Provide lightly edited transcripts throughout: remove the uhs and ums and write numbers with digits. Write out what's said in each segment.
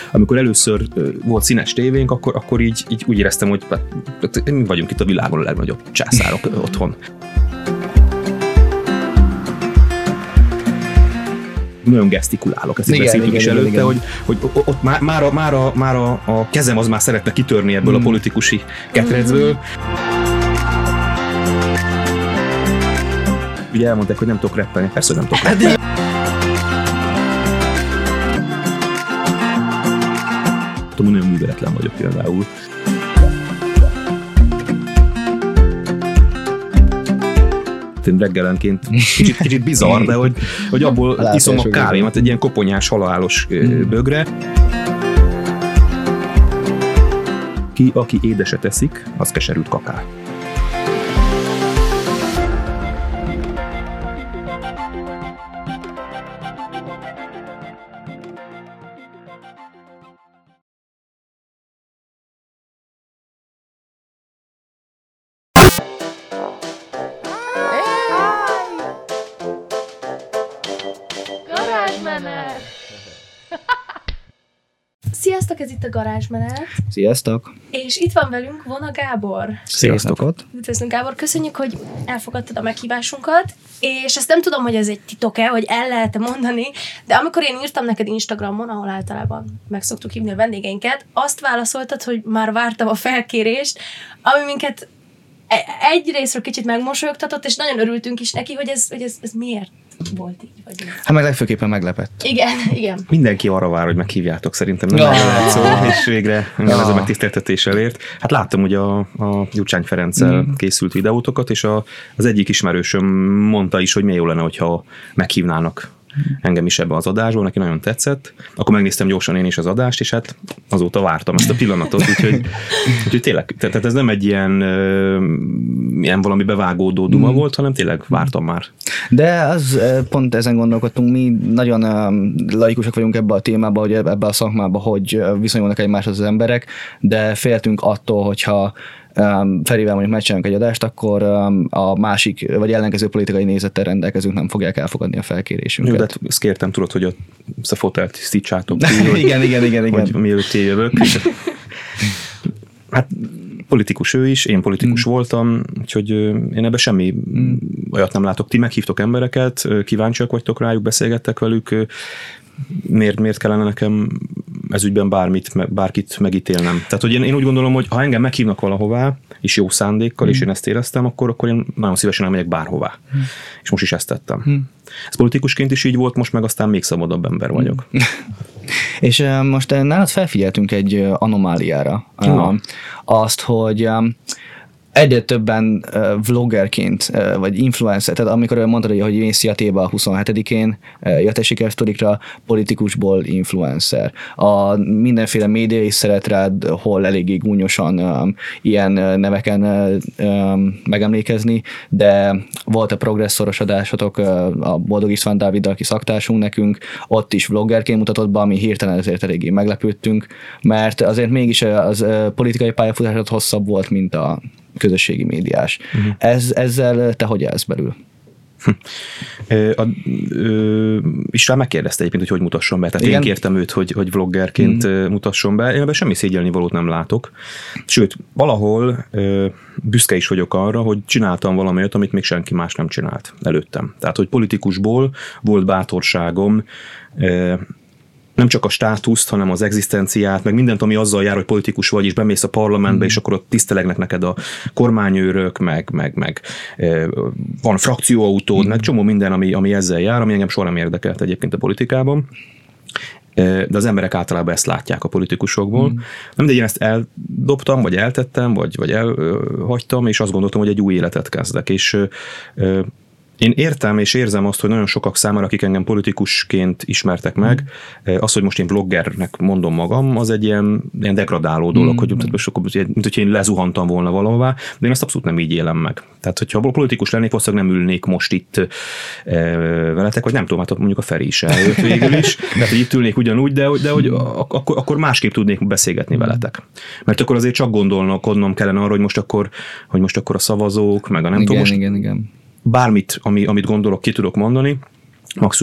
amikor először volt színes tévénk, akkor így úgy éreztem, hogy mi vagyunk itt a világon a legnagyobb császárok otthon. Nagyon gesztikulálok, ezt beszéltünk is előtte, hogy ott már a kezem az már szeretne kitörni ebből a politikusi ketrecből. Ugye elmondták, hogy nem tudok rappelni, persze nem tudok rappelni. Nagyon műveletlen vagyok például. Reggelenként kicsit bizarr, de hogy abból iszom a kávémat, egy ilyen koponyás, halálos bögre. Aki édeset eszik, az keserűt kakál. Sziasztok, ez itt a Garázsmenet. Sziasztok. És itt van velünk Vona Gábor. Sziasztok. Üdvözlünk, Gábor, köszönjük, hogy elfogadtad a meghívásunkat, és ezt nem tudom, hogy ez egy titok-e, hogy el lehet-e mondani, de amikor én írtam neked Instagramon, ahol általában meg szoktuk hívni a vendégeinket, azt válaszoltad, hogy már vártam a felkérést, ami minket egyrészről kicsit megmosolyogtatott, és nagyon örültünk is neki, hogy ez miért volt így, vagy így. Hát meg legfőképpen meglepett. Igen. Mindenki arra vár, hogy meghívjátok, szerintem nem lehet szó, és végre ez a megtiszteltetéssel ért. Hát láttam, hogy a Gyurcsány Ferenccel készült videótokat, és az egyik ismerősöm mondta is, hogy milyen jó lenne, hogyha meghívnának engem is ebbe az adásba, neki nagyon tetszett. Akkor megnéztem gyorsan én is az adást, és hát azóta vártam ezt a pillanatot, úgyhogy tényleg, tehát ez nem egy ilyen valami bevágódó duma volt, hanem tényleg vártam már. De az pont ezen gondolkodtunk, mi nagyon laikusak vagyunk ebbe a témába, hogy ebbe a szakmába, hogy viszonyulnak egymáshoz az emberek, de féltünk attól, hogyha Ferivel mondjuk megcsinálunk egy adást, akkor a másik, vagy ellenkező politikai nézettel rendelkezők nem fogják elfogadni a felkérésünket. Jó, de ezt kértem, tudod, hogy ezt a fotelt tisztítsátok ki, igen. Hogy mielőtt én jövök. Hát politikus ő is, én politikus voltam, úgyhogy én ebben semmi olyat nem látok. Ti meghívtok embereket, kíváncsiak vagytok rájuk, beszélgettek velük, miért kellene nekem ezügyben bárkit megítélnem. Tehát, hogy én úgy gondolom, hogy ha engem meghívnak valahová, és jó szándékkal, és én ezt éreztem, akkor én nagyon szívesen elmegyek bárhová. És most is ezt tettem. Ez politikusként is így volt, most meg aztán még szabadabb ember vagyok. És most nálad felfigyeltünk egy anomáliára. Azt, hogy egyre többen vloggerként, vagy influencer, tehát amikor mondtad, hogy mész Jatéba a 27-én, Jate sikersztorikra, politikusból influencer. A mindenféle média is szeret rád, hol eléggé gúnyosan ilyen neveken megemlékezni, de volt a progresszoros adásotok, a Boldog István Dáviddal, aki szaktársunk nekünk, ott is vloggerként mutatott be, ami hirtelen ezért eléggé meglepődtünk, mert azért mégis az politikai pályafutásod hosszabb volt, mint a közösségi médiás. Ezzel te hogy állsz belül? István megkérdezte egyébként, hogy mutasson be. Tehát igen? Én kértem őt, hogy vloggerként mutasson be. Én ebben semmi szégyelni valót nem látok. Sőt, valahol büszke is vagyok arra, hogy csináltam valamit, amit még senki más nem csinált előttem. Tehát, hogy politikusból volt bátorságom nem csak a státuszt, hanem az egzisztenciát, meg mindent, ami azzal jár, hogy politikus vagy, és bemész a parlamentbe, és akkor ott tisztelegnek neked a kormányőrök, meg van frakcióautód, meg csomó minden, ami ezzel jár, ami engem soha nem érdekelt egyébként a politikában. De az emberek általában ezt látják a politikusokból. Nem, de én ezt eldobtam, vagy eltettem, vagy elhagytam, és azt gondoltam, hogy egy új életet kezdek. És én értem és érzem azt, hogy nagyon sokak számára, akik engem politikusként ismertek meg, az, hogy most én vloggernek mondom magam, az egy ilyen degradáló dolog, hogy mint hogyha én lezuhantam volna valahová, de én ezt abszolút nem így élem meg. Tehát, hogyha politikus lennék, valószínűleg nem ülnék most itt veletek, vagy nem tudom, hát mondjuk a Feri is eljött végül is, tehát, hogy itt ülnék ugyanúgy, de hogy akkor másképp tudnék beszélgetni veletek. Mert akkor azért csak gondolnom kellene arra, hogy most akkor a szavazók, meg a nem tudom most. Igen. Bármit, amit gondolok, ki tudok mondani, maximum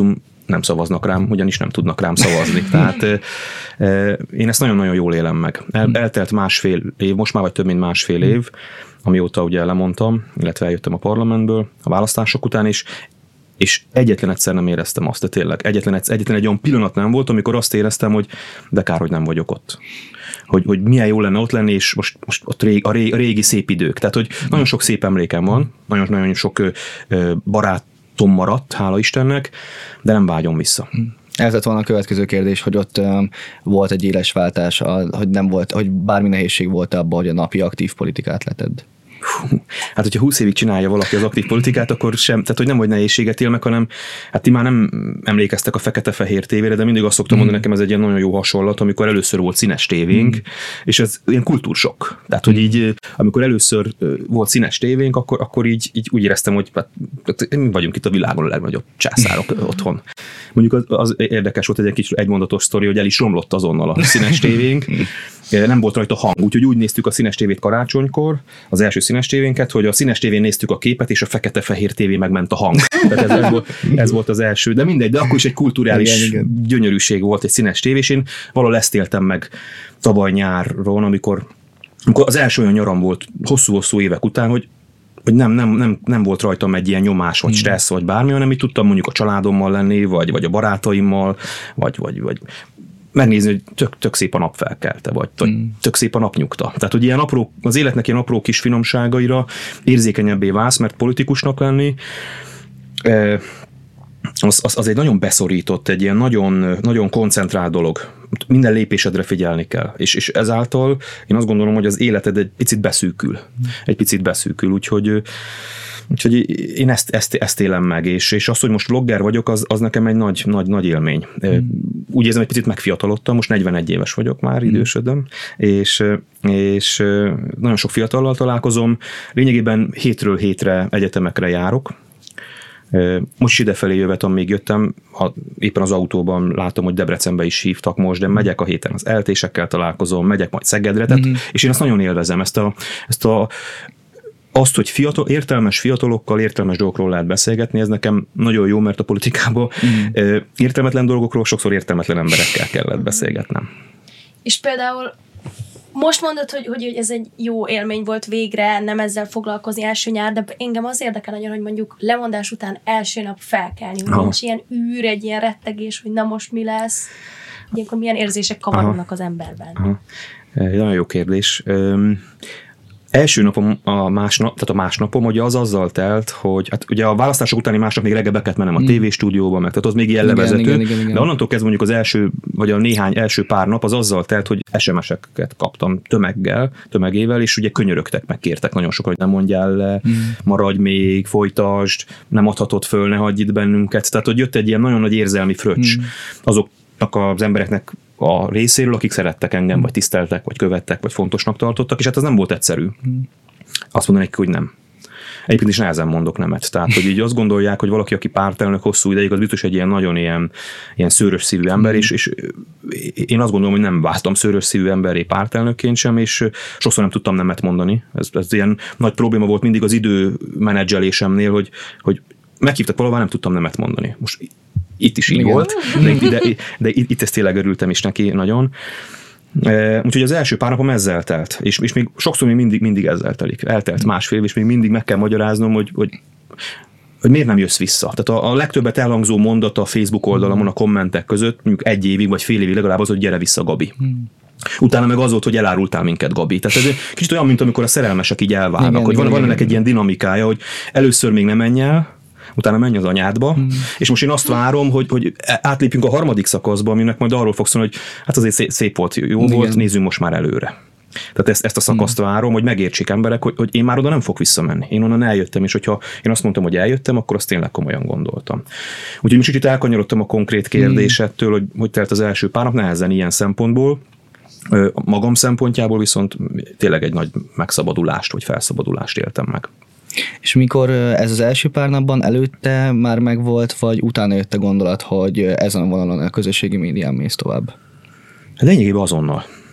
nem szavaznak rám, ugyanis nem tudnak rám szavazni. Tehát én ezt nagyon-nagyon jól élem meg. Eltelt másfél év, most már vagy több mint másfél év, amióta ugye lemondtam, illetve eljöttem a parlamentből a választások után is, és egyetlen egyszer nem éreztem azt, de tényleg egyetlen egy olyan pillanat nem volt, amikor azt éreztem, hogy de kár, hogy nem vagyok ott. Hogy milyen jó lenne ott lenni, és most ott a régi szép idők. Tehát, hogy nagyon sok szép emlékem van, nagyon sok barátom maradt, hála Istennek, de nem vágyom vissza. Ez lett volna a következő kérdés, hogy ott volt egy éles váltás, hogy nem volt, hogy bármi nehézség volt abban, hogy a napi aktív politikát letedd. Hát, hogyha 20 évig csinálja valaki az aktív politikát, akkor sem, tehát hogy nem vagy nehézséget él meg, hanem hát ti már nem emlékeztek a fekete-fehér tévére, de mindig azt szoktam mondani, nekem ez egy ilyen nagyon jó hasonlat, amikor először volt színes tévénk, és ez ilyen kultúrsokk. Tehát, hogy így, amikor először volt színes tévénk, akkor így úgy éreztem, hogy mi vagyunk itt a világon a legnagyobb császárok otthon. Mondjuk az érdekes volt, egy kicsit egymondatos sztori, hogy el is romlott azonnal a színes tévénk. Nem volt rajta hang, úgyhogy úgy néztük a színes tévét karácsonykor, az első színes tévénket, hogy a színes tévén néztük a képet, és a fekete-fehér tévé megment a hang. Tehát ez volt az első, de mindegy, de akkor is egy kulturális gyönyörűség volt egy színes tévés. Én valahol ezt éltem meg tavaly nyáron, amikor az első olyan nyaram volt hosszú-hosszú évek után, hogy nem volt rajtam egy ilyen nyomás, vagy stressz, vagy bármi, hanem így tudtam mondjuk a családommal lenni, vagy a barátaimmal, vagy megnézni, hogy tök szép a nap felkelte, vagy tök szép a napnyugta. Tehát, hogy ilyen az életnek ilyen apró kis finomságaira érzékenyebbé válsz, mert politikusnak lenni, az egy nagyon beszorított, egy ilyen nagyon, nagyon koncentrált dolog. Minden lépésedre figyelni kell. És ezáltal én azt gondolom, hogy az életed egy picit beszűkül. Úgyhogy én ezt élem meg, és az, hogy most vlogger vagyok, az nekem egy nagy élmény. Úgy érzem, egy picit megfiatalodtam, most 41 éves vagyok már, idősödöm, és nagyon sok fiatallal találkozom. Lényegében hétről hétre egyetemekre járok. Most is idefelé jövet, amíg jöttem, éppen az autóban látom, hogy Debrecenbe is hívtak most, de megyek a héten az eltésekkel találkozom, megyek majd Szegedre, és én ezt nagyon élvezem, azt, hogy értelmes fiatalokkal, értelmes dolgokról lehet beszélgetni, ez nekem nagyon jó, mert a politikában értelmetlen dolgokról sokszor értelmetlen emberekkel kellett beszélgetnem. És például most mondod, hogy ez egy jó élmény volt végre, nem ezzel foglalkozni első nyár, de engem az érdekel nagyon, hogy mondjuk lemondás után első nap felkelni, hogy nincs ilyen űr, egy ilyen rettegés, hogy na most mi lesz, ilyenkor milyen érzések kavarodnak az emberben. Nagyon jó kérdés. Első napom, tehát a másnapom ugye az azzal telt, hogy hát ugye a választások utáni másnap még reggel be kellett mennem a tévéstúdióba, meg tehát az még ilyen levezető, de onnantól kezdve mondjuk az első, vagy a néhány első pár nap az azzal telt, hogy SMS-eket kaptam tömegével, és ugye könyörögtek, meg kértek nagyon sokan, hogy nem mondjál le, maradj még, folytasd, nem adhatod föl, ne hagyj itt bennünket, tehát hogy jött egy ilyen nagyon nagy érzelmi fröccs azoknak az embereknek a részéről, akik szerettek engem, vagy tiszteltek, vagy követtek, vagy fontosnak tartottak, és hát ez nem volt egyszerű. Azt mondanék, hogy nem. Egyébként is nehezen mondok nemet. Tehát, hogy így azt gondolják, hogy valaki, aki pártelnök hosszú ideig, az biztos egy ilyen nagyon ilyen szőrös szívű ember, és én azt gondolom, hogy nem váltam szőrös szívű emberré pártelnökként sem, és sokszor nem tudtam nemet mondani. Ez ilyen nagy probléma volt mindig az időmenedzselésemnél, hogy meghívtak valahová, nem tudtam nemet mondani. Most itt is így volt, de itt ezt tényleg örültem is neki nagyon. Úgyhogy az első pár napom ezzel telt, és még sokszor még mindig ezzel telik. Eltelt másfél év, és még mindig meg kell magyaráznom, hogy miért nem jössz vissza. Tehát a legtöbbet elhangzó mondata a Facebook oldalamon, a kommentek között, mondjuk egy évig vagy fél évig legalább az, hogy gyere vissza, Gabi. Utána meg az volt, hogy elárultál minket, Gabi. Tehát ez kicsit olyan, mint amikor a szerelmesek így elválnak, hogy van ennek egy ilyen dinamikája, hogy először még nem menj el, utána menj az anyádba, és most én azt várom, hogy átlépjünk a harmadik szakaszba, aminek majd arról fogsz szólni, hogy hát azért szép volt, jó volt, nézzünk most már előre. Tehát ezt a szakaszt várom, hogy megértsék emberek, hogy én már oda nem fog visszamenni. Én onnan eljöttem, és hogyha én azt mondtam, hogy eljöttem, akkor azt tényleg komolyan gondoltam. Úgyhogy most itt elkanyarodtam a konkrét kérdésettől, hogy telt az első pár nap, nehezen ilyen szempontból. Magam szempontjából viszont tényleg egy nagy megszabadulást, vagy felszabadulást éltem meg. És mikor ez az első pár napban előtte már megvolt, vagy utána jött a gondolat, hogy ezen a vonalon a közösségi médián mész tovább? Lényegében azonnal.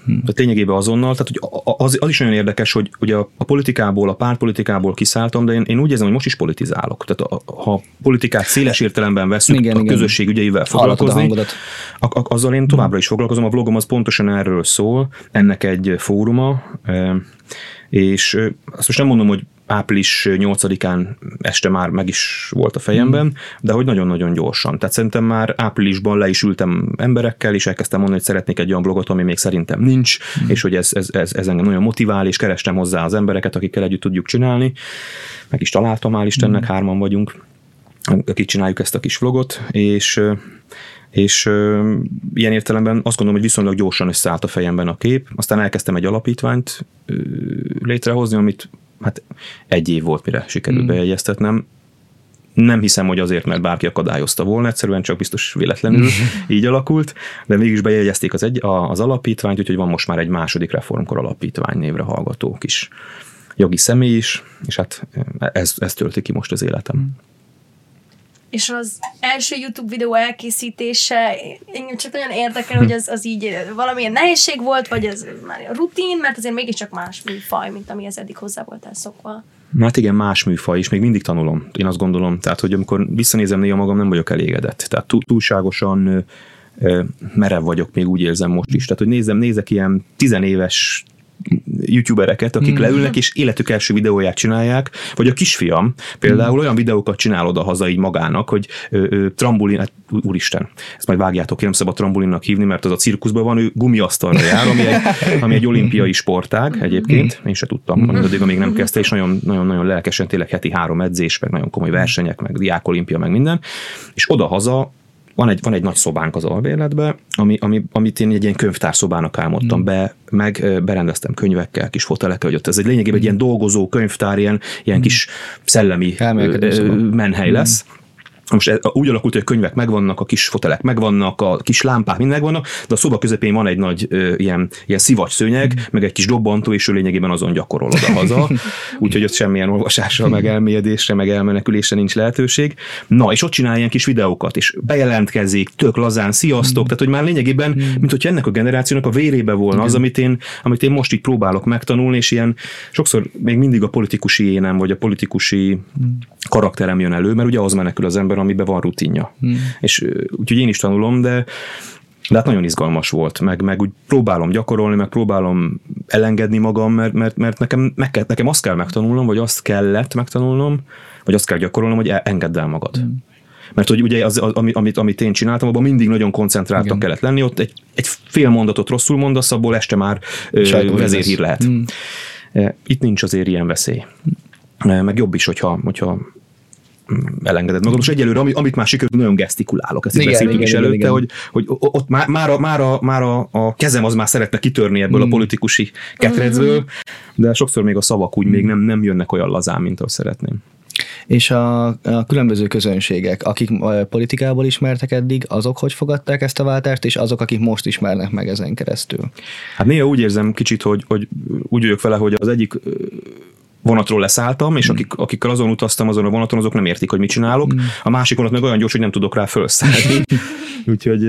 Tehát lényegében azonnal, tehát hogy az is nagyon érdekes, hogy ugye a politikából, a pártpolitikából kiszálltam, de én úgy érzem, hogy most is politizálok. Tehát ha politikát széles értelemben veszünk, a közösség ügyeivel foglalkozni, azzal én továbbra is foglalkozom. A vlogom az pontosan erről szól, ennek egy fóruma, és azt most nem mondom, hogy április 8-án este már meg is volt a fejemben, de hogy nagyon-nagyon gyorsan. Tehát szerintem már áprilisban le is ültem emberekkel, és elkezdtem mondani, hogy szeretnék egy olyan blogot, ami még szerintem nincs, és hogy ez engem nagyon motivál, és kerestem hozzá az embereket, akikkel együtt tudjuk csinálni. Meg is találtam, hál' Istennek, 3-an vagyunk, akik csináljuk ezt a kis vlogot, és ilyen értelemben azt gondolom, hogy viszonylag gyorsan összeállt a fejemben a kép. Aztán elkezdtem egy alapítványt létrehozni, amit hát 1 év volt, mire sikerült bejegyeztetnem. Nem hiszem, hogy azért, mert bárki akadályozta volna, egyszerűen csak biztos véletlenül így alakult, de mégis bejegyezték az alapítványt, úgyhogy van most már egy második Reformkor Alapítvány névre hallgató kis jogi személy is, és hát ez tölti ki most az életem. És az első YouTube videó elkészítése, engem csak nagyon érdekel, hogy az így valamilyen nehézség volt, vagy ez már a rutin, mert azért mégiscsak más műfaj, mint amihez eddig hozzá voltál szokva. Hát igen, más műfaj, és még mindig tanulom. Én azt gondolom, tehát, hogy amikor visszanézem néha magam, nem vagyok elégedett. Tehát túlságosan merev vagyok, még úgy érzem most is. Tehát, hogy nézek ilyen 10 éves youtubereket, akik leülnek és életük első videóját csinálják, vagy a kisfiam például olyan videókat csinál oda haza így magának, hogy trambulin, hát úristen, ezt majd vágjátok, én nem szabad trambulinnak hívni, mert az a cirkuszban van, ő gumiasztalra jár, ami egy olimpiai sportág egyébként, én se tudtam, amíg nem kezdte, és nagyon lelkesen, tényleg heti 3 edzés, meg nagyon komoly versenyek, meg diákolimpia, meg minden, és oda-haza van egy nagy szobánk az albérletben, amit én egy ilyen könyvtárszobának álmodtam be, meg berendeztem könyvekkel, kis fotelekkel, hogy ott ez egy lényegében egy ilyen dolgozó könyvtár, ilyen kis szellemi menhely lesz. Most úgy alakult, hogy a könyvek megvannak, a kis fotelek megvannak, a kis lámpák mind megvannak, de a szoba közepén van egy nagy ilyen szivacs-szőnyeg, meg egy kis dobbantó, és ő lényegében azon gyakorol oda-haza. Úgyhogy ott semmilyen olvasásra, meg elmélyedésre, meg elmenekülésre nincs lehetőség. Na, és ott csinál ilyen kis videókat, és bejelentkezik, tök lazán, sziasztok, tehát hogy már lényegében, mint hogy ennek a generációnak a vérébe volna az, amit én most így próbálok megtanulni, és ilyen sokszor még mindig a politikusi énem, vagy a politikusi karakterem jön elő, mert ugye az menekül az ember, amiben van rutinja. És úgyhogy én is tanulom, de hát nagyon izgalmas volt, meg úgy próbálom gyakorolni, meg próbálom elengedni magam, mert nekem azt kell megtanulnom, vagy azt kellett megtanulnom, vagy azt kell gyakorolnom, hogy engedd el magad. Mert hogy ugye amit én csináltam, abban mindig nagyon koncentráltan kellett lenni, ott egy fél mondatot rosszul mondasz, abból este már vezérhír lehet. Itt nincs azért ilyen veszély. Meg jobb is, hogyha elengeded magad. Most egyelőre, amit már sikerült, nagyon gesztikulálok. Ezt beszéltünk is előtte, hogy ott már a kezem az már szeretne kitörni ebből a politikusi ketrecből, de sokszor még a szavak úgy még nem jönnek olyan lazán, mint ahogy szeretném. És a különböző közönségek, akik politikából ismertek eddig, azok hogy fogadták ezt a váltást, és azok, akik most ismernek meg ezen keresztül? Hát néha úgy érzem kicsit, hogy úgy vagyok vele, hogy az egyik vonatról leszálltam, és akikkel azon utaztam azon a vonaton, azok nem értik, hogy mit csinálok. A másik vonat meg olyan gyors, hogy nem tudok rá felszállni. Úgyhogy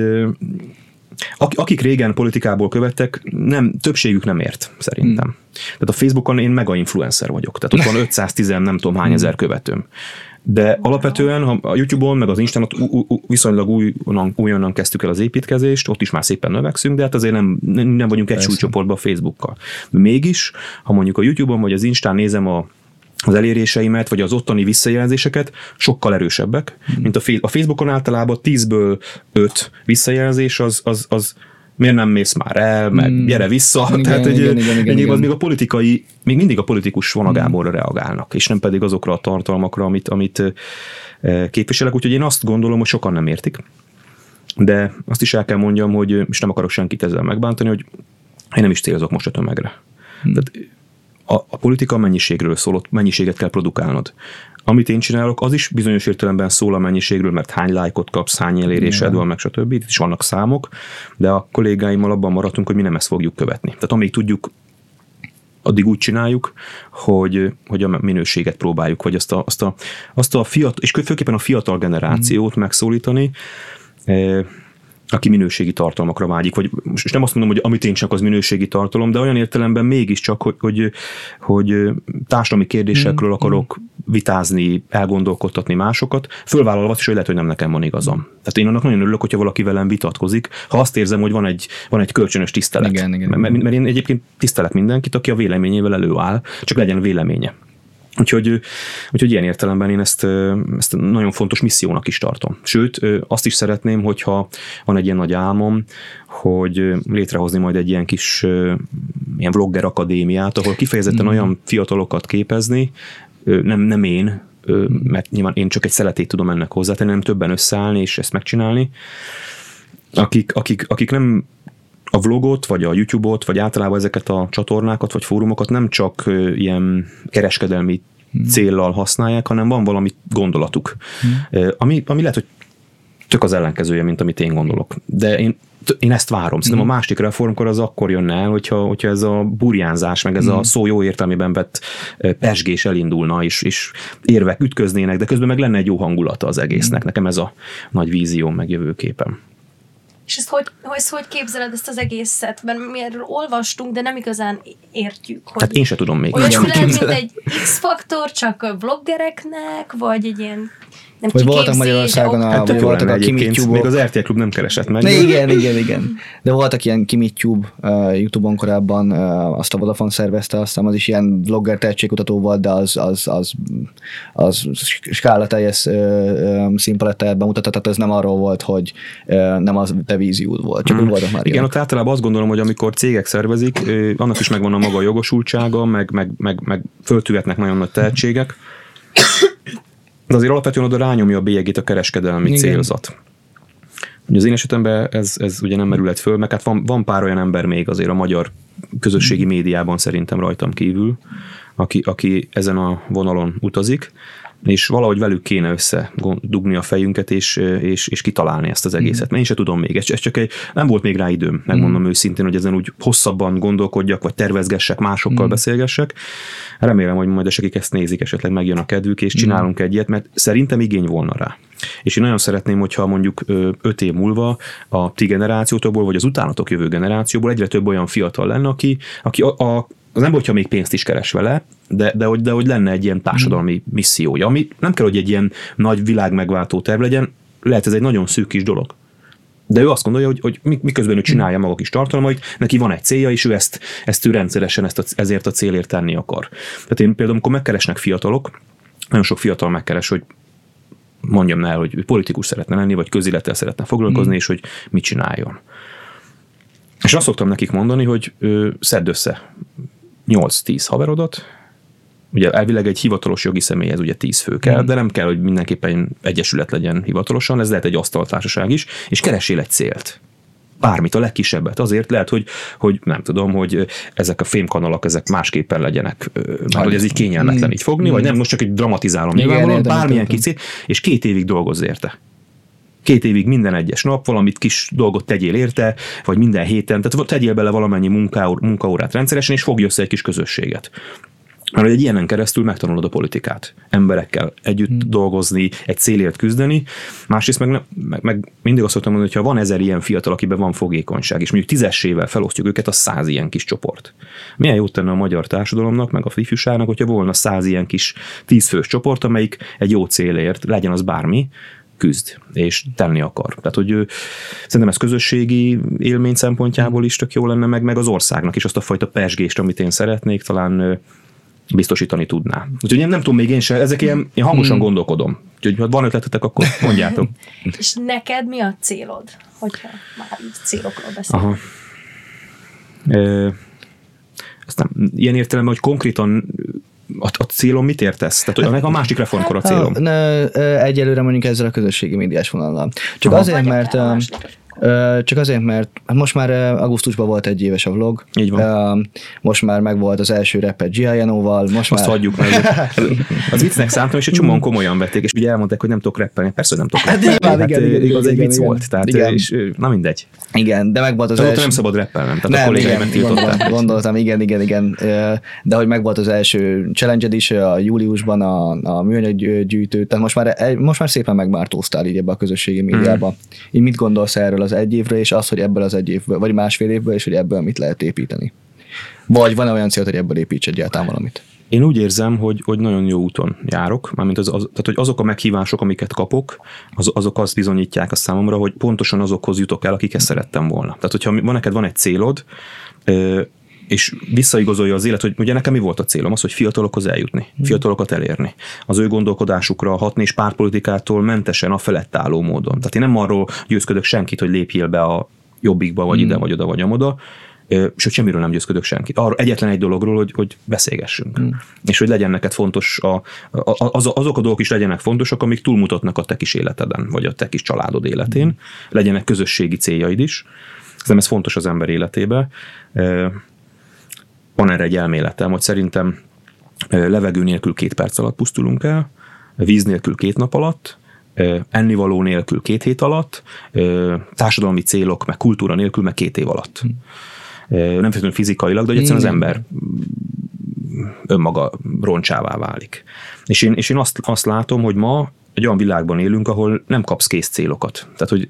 akik régen politikából követtek, többségük nem ért, szerintem. Tehát a Facebookon én mega influencer vagyok. Tehát ott van 510 nem tudom hány ezer követőm. De alapvetően a YouTube-on, meg az Instán viszonylag újonnan kezdtük el az építkezést, ott is már szépen növekszünk, de hát azért nem vagyunk egy súlycsoportban a Facebookkal. De mégis, ha mondjuk a YouTube-on vagy az Instán nézem az eléréseimet, vagy az ottani visszajelzéseket, sokkal erősebbek, mint a Facebookon általában 10-ből 5 visszajelzés, az miért nem mész már el, meg gyere vissza. Igen, tehát igen. Az még még mindig a politikus vonagámorra reagálnak, és nem pedig azokra a tartalmakra, amit képviselek. Úgyhogy én azt gondolom, hogy sokan nem értik. De azt is el kell mondjam, hogy, és nem akarok senkit ezzel megbántani, hogy én nem is célzok most a tömegre. Tehát a politika mennyiségről szól, ott mennyiséget kell produkálnod. Amit én csinálok, az is bizonyos értelemben szól a mennyiségről, mert hány lájkot kapsz, hány elérésed van, meg stb. Itt is vannak számok, de a kollégáimmal abban maradtunk, hogy mi nem ezt fogjuk követni. Tehát amíg tudjuk, addig úgy csináljuk, hogy a minőséget próbáljuk, vagy azt a fiatal, és főképpen a fiatal generációt megszólítani, aki minőségi tartalmakra vágyik, vagy most nem azt mondom, hogy amit én csak az minőségi tartalom, de olyan értelemben mégiscsak, hogy társadalmi kérdésekről akarok vitázni, elgondolkodtatni másokat, fölvállalva azt is, hogy lehet, hogy nem nekem van igazam. Tehát én annak nagyon örülök, hogyha valaki velem vitatkozik, ha azt érzem, hogy van egy kölcsönös tisztelet. Igen. Mert én egyébként tisztelek mindenkit, aki a véleményével előáll, csak legyen véleménye. Úgyhogy ilyen értelemben én ezt nagyon fontos missziónak is tartom. Sőt, azt is szeretném, hogyha van egy ilyen nagy álmom, hogy létrehozni majd egy ilyen kis ilyen vlogger akadémiát, ahol kifejezetten olyan fiatalokat képezni, nem én, mert nyilván én csak egy szeletét tudom ennek hozzátenni, hanem többen összeállni és ezt megcsinálni, akik nem a vlogot, vagy a YouTube-ot, vagy általában ezeket a csatornákat, vagy fórumokat nem csak ilyen kereskedelmi céllal használják, hanem van valami gondolatuk. Ami lehet, hogy tök az ellenkezője, mint amit én gondolok. De én ezt várom. Szerintem a másik reformkor az akkor jönne el, hogyha ez a burjánzás, meg ez a szó jó értelmében vett pezsgés elindulna, és érvek ütköznének, de közben meg lenne egy jó hangulata az egésznek. Nekem ez a nagy vízióm, meg jövőképem. És ezt hogy képzeled ezt az egészet? Mert mi erről olvastunk, de nem igazán értjük. Hogy hát én se tudom még. Olyasmi lehet, mint egy X-faktor, csak vloggereknek, vagy egy ilyen nem hogy voltak Magyarországon vagy voltak a Kimitube-ok. Még az RTL Klub nem keresett meg. Igen. De voltak ilyen Kimitube YouTube-on korábban, azt a Vodafone szervezte, aztán az is ilyen vlogger tehetségkutató volt, de az skála teljes színpalettát bemutatta, tehát ez nem arról volt, hogy nem az te víziód volt, csak úgy voltak már. Igen, ott általában azt gondolom, hogy amikor cégek szervezik, annak is megvan a maga jogosultsága, meg föltűvetnek nagyon nagy tehetségek. De azért alapvetően oda rányomja a bélyegét a kereskedelmi célzat. Ugye az én esetemben ez ugye nem merülhet föl, meg hát van pár olyan ember még azért a magyar közösségi médiában szerintem rajtam kívül, aki ezen a vonalon utazik, és valahogy velük kéne összedugni a fejünket, és kitalálni ezt az egészet. Mert én se tudom még, ez csak nem volt még rá időm, megmondom őszintén, hogy ezen úgy hosszabban gondolkodjak, vagy tervezgessek, másokkal beszélgessek. Remélem, hogy majd akik ezt nézik, esetleg megjön a kedvük, és csinálunk egy ilyet, mert szerintem igény volna rá. És én nagyon szeretném, hogyha mondjuk 5 év múlva a ti generációtokból, vagy az utánatok jövő generációból egyre több olyan fiatal lenne, aki az nem, hogyha még pénzt is keres vele, de hogy lenne egy ilyen társadalmi missziója, ami nem kell, hogy egy ilyen nagy világmegváltó terv legyen, lehet ez egy nagyon szűk kis dolog. De ő azt gondolja, hogy miközben ő csinálja maga kis tartalmait, neki van egy célja, és ő ezt ő rendszeresen ezért a célért tenni akar. Tehát én például, amikor megkeresnek fiatalok, nagyon sok fiatal megkeres, hogy mondjam el, hogy politikus szeretne lenni, vagy közélettel szeretne foglalkozni, és hogy mit csináljon. És azt szoktam nekik mondani, hogy szedd össze 8-10 haverodat, ugye elvileg egy hivatalos jogi személyhez ugye 10 fő kell, de nem kell, hogy mindenképpen egyesület legyen hivatalosan, ez lehet egy asztaltársaság is, és keressél egy célt. Bármit, a legkisebbet. Azért lehet, hogy nem tudom, hogy ezek a fémkanalak, ezek másképpen legyenek, mert hogy ez így kényelmetlen így fogni, vagy nem, most csak egy dramatizálom. Nyilvánvalóan bármilyen kicsit, és 2 évig dolgozz érte. 2 évig minden egyes nap valamit kis dolgot tegyél érte, vagy minden héten, tehát tegyél bele valamennyi munkaórát rendszeresen, és fogj össze egy kis közösséget. Mert egy ilyenen keresztül megtanulod a politikát. Emberekkel együtt dolgozni, egy célért küzdeni. Másrészt meg mindig azt szoktam mondani, hogy ha van 1000 ilyen fiatal, akiben van fogékonyság, és mondjuk 10-essével felosztjuk őket, az 100 ilyen kis csoport. Milyen jót tenne a magyar társadalomnak, meg a ifjúságnak, hogyha volna 100 ilyen kis 10 fős csoport, amelyik egy jó célért, legyen az bármi, küzd, és tenni akar. Tehát, hogy szerintem ez közösségi élmény szempontjából is tök jó lenne, meg az országnak is azt a fajta pezsgést, amit én szeretnék, talán biztosítani tudná. Úgyhogy én nem tudom még én se, ezek én hangosan gondolkodom. Úgyhogy ha van ötletetek, akkor mondjátok. És neked mi a célod, hogyha már célokról beszélünk? Aztán ilyen értelemben, hogy konkrétan a célom mit értesz? Tehát a másik reformkor a célom. Egyelőre mondjuk ezzel a közösségi médiás vonallal. Csak azért, mert most már augusztusban volt 1 éves a vlog. Így van. Most már megvolt az első rappet Giajanóval. Azt hagyjuk meg. Az viccnek számítom, és egy csomóan komolyan vették, és ugye elmondták, hogy nem tudok rappelni. Persze, hogy nem tudok rappelni. Az egy vicc volt. Tehát, és, na mindegy. Igen, de megvolt az első... nem szabad rappelnem. Tehát a kollégáim megtiltották. Gondoltam, igen. De hogy megvolt az első challenge-ed is a júliusban, a műanyaggyűjtő. Tehát most már szépen megmártóztál így ebbe a közösségi médiába. Így mit gondolsz erről az egy évről, és az, hogy ebből az egy évből, vagy másfél évből, és hogy ebből mit lehet építeni. Vagy van olyan cél, hogy ebből építs egyáltalán valamit? Én úgy érzem, hogy nagyon jó úton járok, mármint tehát, hogy azok a meghívások, amiket kapok, azok azt bizonyítják a számomra, hogy pontosan azokhoz jutok el, akikhez szerettem volna. Tehát, hogyha neked van egy célod, és visszaigazolja az élet, hogy ugye nekem mi volt a célom? Az, hogy fiatalokhoz eljutni, fiatalokat elérni. Az ő gondolkodásukra hatni, és pártpolitikától mentesen a felett álló módon. Tehát én nem arról győzködök senkit, hogy lépjél be a Jobbikba, vagy ide, vagy oda, vagy amoda, és hogy semmiről nem győzködök senkit. Arra egyetlen egy dologról, hogy beszélgessünk. És hogy legyen neked fontos, azok a dolgok is legyenek fontosak, amik túlmutatnak a te kis életeden, vagy a te kis családod életén. Legyenek közösségi céljaid is. Szerintem ez fontos az ember életébe. Van erre egy elméletem, hogy szerintem levegő nélkül 2 perc alatt pusztulunk el, víz nélkül 2 nap alatt, ennivaló nélkül 2 hét alatt, társadalmi célok, meg kultúra nélkül, meg 2 év alatt. Nem feltétlenül fizikailag, de hogy egyszerűen az ember önmaga roncsává válik. És én azt látom, hogy ma egy olyan világban élünk, ahol nem kapsz kész célokat. Tehát, hogy